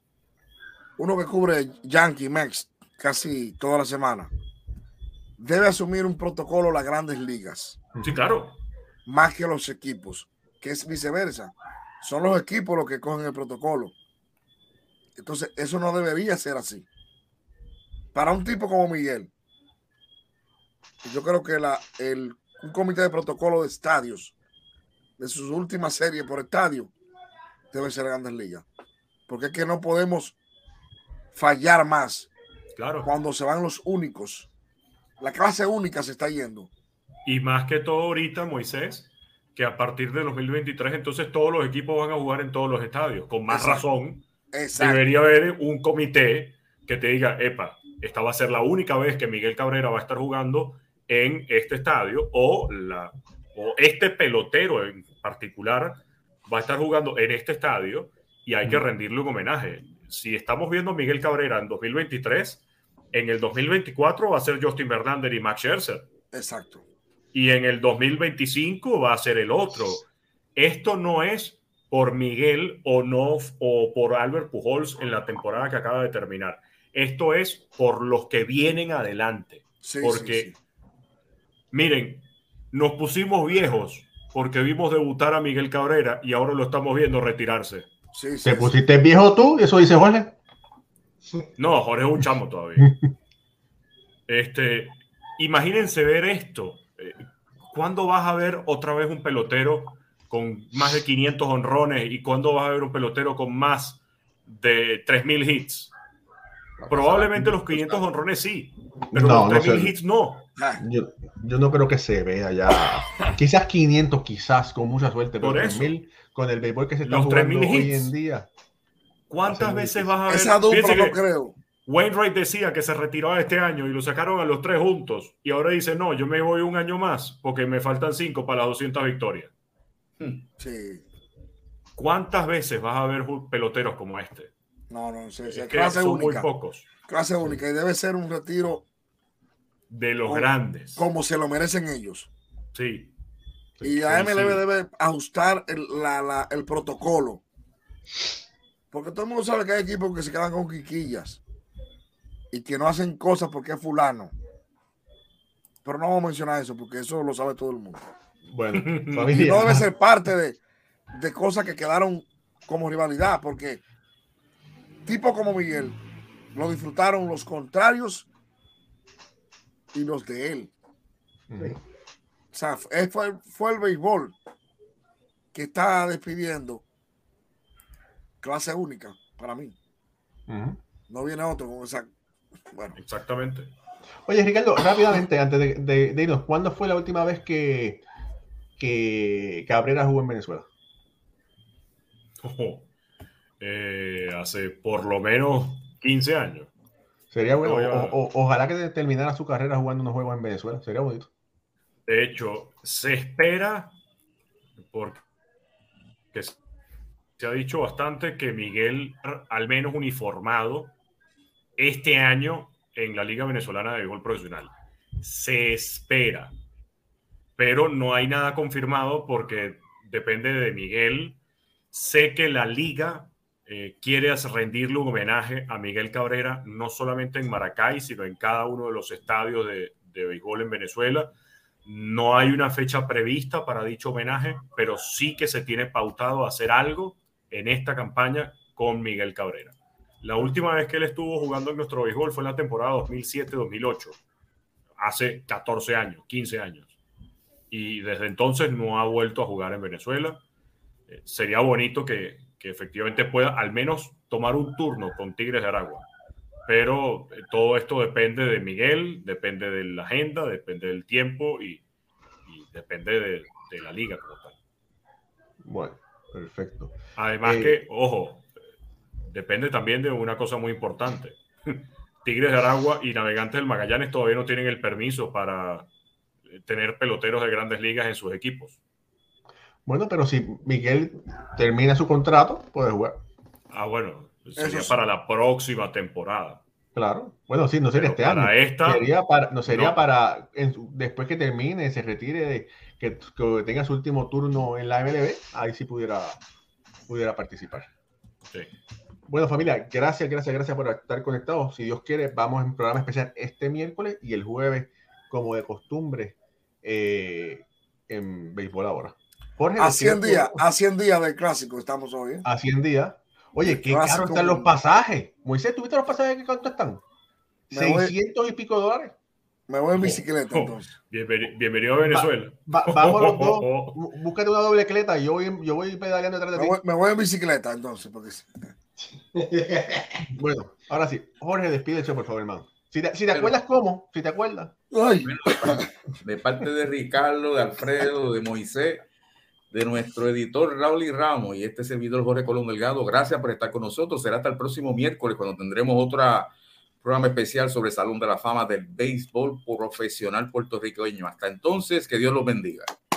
uno que cubre Yankee, Mex casi toda la semana debe asumir un protocolo las Grandes Ligas, Sí, claro. más que los equipos, que es viceversa. Son los equipos los que cogen el protocolo. Entonces, eso no debería ser así. Para un tipo como Miguel, yo creo que la, el, un comité de protocolo de estadios, de sus últimas series por estadio, debe ser Grandes Ligas. Porque es que no podemos fallar más Claro. cuando se van los únicos. La clase única se está yendo. Y más que todo ahorita, Moisés, que a partir de dos mil veintitrés, entonces todos los equipos van a jugar en todos los estadios. Con más Exacto. razón, Exacto. debería haber un comité que te diga, epa, esta va a ser la única vez que Miguel Cabrera va a estar jugando en este estadio, o, la, o este pelotero en particular va a estar jugando en este estadio, y hay que rendirle un homenaje. Si estamos viendo a Miguel Cabrera en dos mil veintitrés, en el dos mil veinticuatro va a ser Justin Verlander y Max Scherzer. Exacto. Y en el dos mil veinticinco va a ser el otro. Esto no es por Miguel o no, o por Albert Pujols en la temporada que acaba de terminar. Esto es por los que vienen adelante. Sí, porque, sí, sí. miren, nos pusimos viejos porque vimos debutar a Miguel Cabrera y ahora lo estamos viendo retirarse. Sí, sí, ¿Te sí. pusiste viejo tú? Eso dice Jorge. No, Jorge es un chamo todavía. Este, imagínense ver esto. Eh, ¿Cuándo vas a ver otra vez un pelotero con más de quinientos honrones, y cuándo vas a ver un pelotero con más de tres mil hits? Probablemente los quinientos honrones sí, pero No, los no tres mil sé. hits no. Ah, Yo, yo no creo que se vea ya. Quizás quinientos, quizás, con mucha suerte, pero Por eso. tres mil con el béisbol que se está Los jugando tres mil hoy hits. en día. ¿Cuántas Va a ser muy veces difícil. vas a ver? esa dupla Fíjense no que creo. Wainwright decía que se retiraba este año y lo sacaron a los tres juntos, y ahora dice, no, yo me voy un año más porque me faltan cinco para las doscientas victorias. Sí. ¿Cuántas veces vas a ver peloteros como este? No, no, sí, sí. Es que Clase son única. muy pocos. Clase única. Y debe ser un retiro De los Como- grandes. como se lo merecen ellos. Sí. Y la Sí, M L B sí. debe ajustar el, la- la- el protocolo. Porque todo el mundo sabe que hay equipos que se quedan con quiquillas y que no hacen cosas porque es fulano. Pero no vamos a mencionar eso porque eso lo sabe todo el mundo. Bueno, Y familia. no debe ser parte de, de cosas que quedaron como rivalidad, porque tipos como Miguel lo disfrutaron los contrarios y los de él. Ujú. O sea, fue, fue, fue el béisbol que está despidiendo clase única para mí. Ujú. No viene otro con esa. Bueno, Exactamente. Oye, Ricardo, rápidamente, antes de, de- de irnos, ¿cuándo fue la última vez que, que Cabrera jugó en Venezuela? Ojo. Eh, hace por lo menos quince años. Sería bueno, No, ya- o- o- ojalá que terminara su carrera jugando unos juegos en Venezuela, sería bonito. De hecho, se espera, porque se ha dicho bastante, que Miguel, al menos uniformado, este año en la Liga Venezolana de Béisbol Profesional. Se espera pero no hay nada confirmado porque depende de Miguel. Sé que la liga eh, quiere rendirle un homenaje a Miguel Cabrera, no solamente en Maracay, sino en cada uno de los estadios de, de béisbol en Venezuela. No hay una fecha prevista para dicho homenaje, pero sí que se tiene pautado hacer algo en esta campaña con Miguel Cabrera. La última vez que él estuvo jugando en nuestro béisbol fue en la temporada dos mil siete dos mil ocho, hace catorce años, quince años. Y desde entonces no ha vuelto a jugar en Venezuela. Eh, sería bonito que, que efectivamente pueda al menos tomar un turno con Tigres de Aragua. Pero eh, todo esto depende de Miguel, depende de la agenda, depende del tiempo y, y depende de, de la liga como tal. Bueno, perfecto. Además eh, que, ojo, depende también de una cosa muy importante. Tigres de Aragua y Navegantes del Magallanes todavía no tienen el permiso para tener peloteros de grandes ligas en sus equipos. Bueno, pero si Miguel termina su contrato, puede jugar. Ah, bueno, sería sí. para la próxima temporada. Claro. Bueno, sí, no sería Pero este para año. esta, sería para, no sería no. para en su, después que termine, se retire, de, que, que tenga su último turno en la M L B, ahí sí pudiera, pudiera participar. Sí. Bueno, familia, gracias, gracias, gracias por estar conectados. Si Dios quiere, vamos en un programa especial este miércoles y el jueves, como de costumbre, eh, en Béisbol Ahora. Jorge, a cien ¿qué? días, a cien días del clásico estamos hoy. ¿eh? A cien días. Oye, El qué caros clásico, están los pasajes. Moisés, ¿tuviste los pasajes? ¿Qué cuánto están? Me voy- seiscientos y pico dólares. Me voy en bicicleta Oh, entonces. bienveni- bienvenido a Venezuela. Va- va- vamos los dos. Bú- Búscate una doble cleta y yo voy, yo voy pedaleando detrás de Me ti. voy, me voy en bicicleta entonces. Porque... Bueno, ahora sí. Jorge, despídese, por favor, hermano. Si te, si te Pero- acuerdas cómo, si te acuerdas. Ay, De parte de Ricardo, de Alfredo, de Moisés, de nuestro editor Raúl y Ramos y este servidor Jorge Colón Delgado, gracias por estar con nosotros. Será hasta el próximo miércoles cuando tendremos otro programa especial sobre el Salón de la Fama del Béisbol Profesional Puertorriqueño. Hasta entonces, que Dios los bendiga.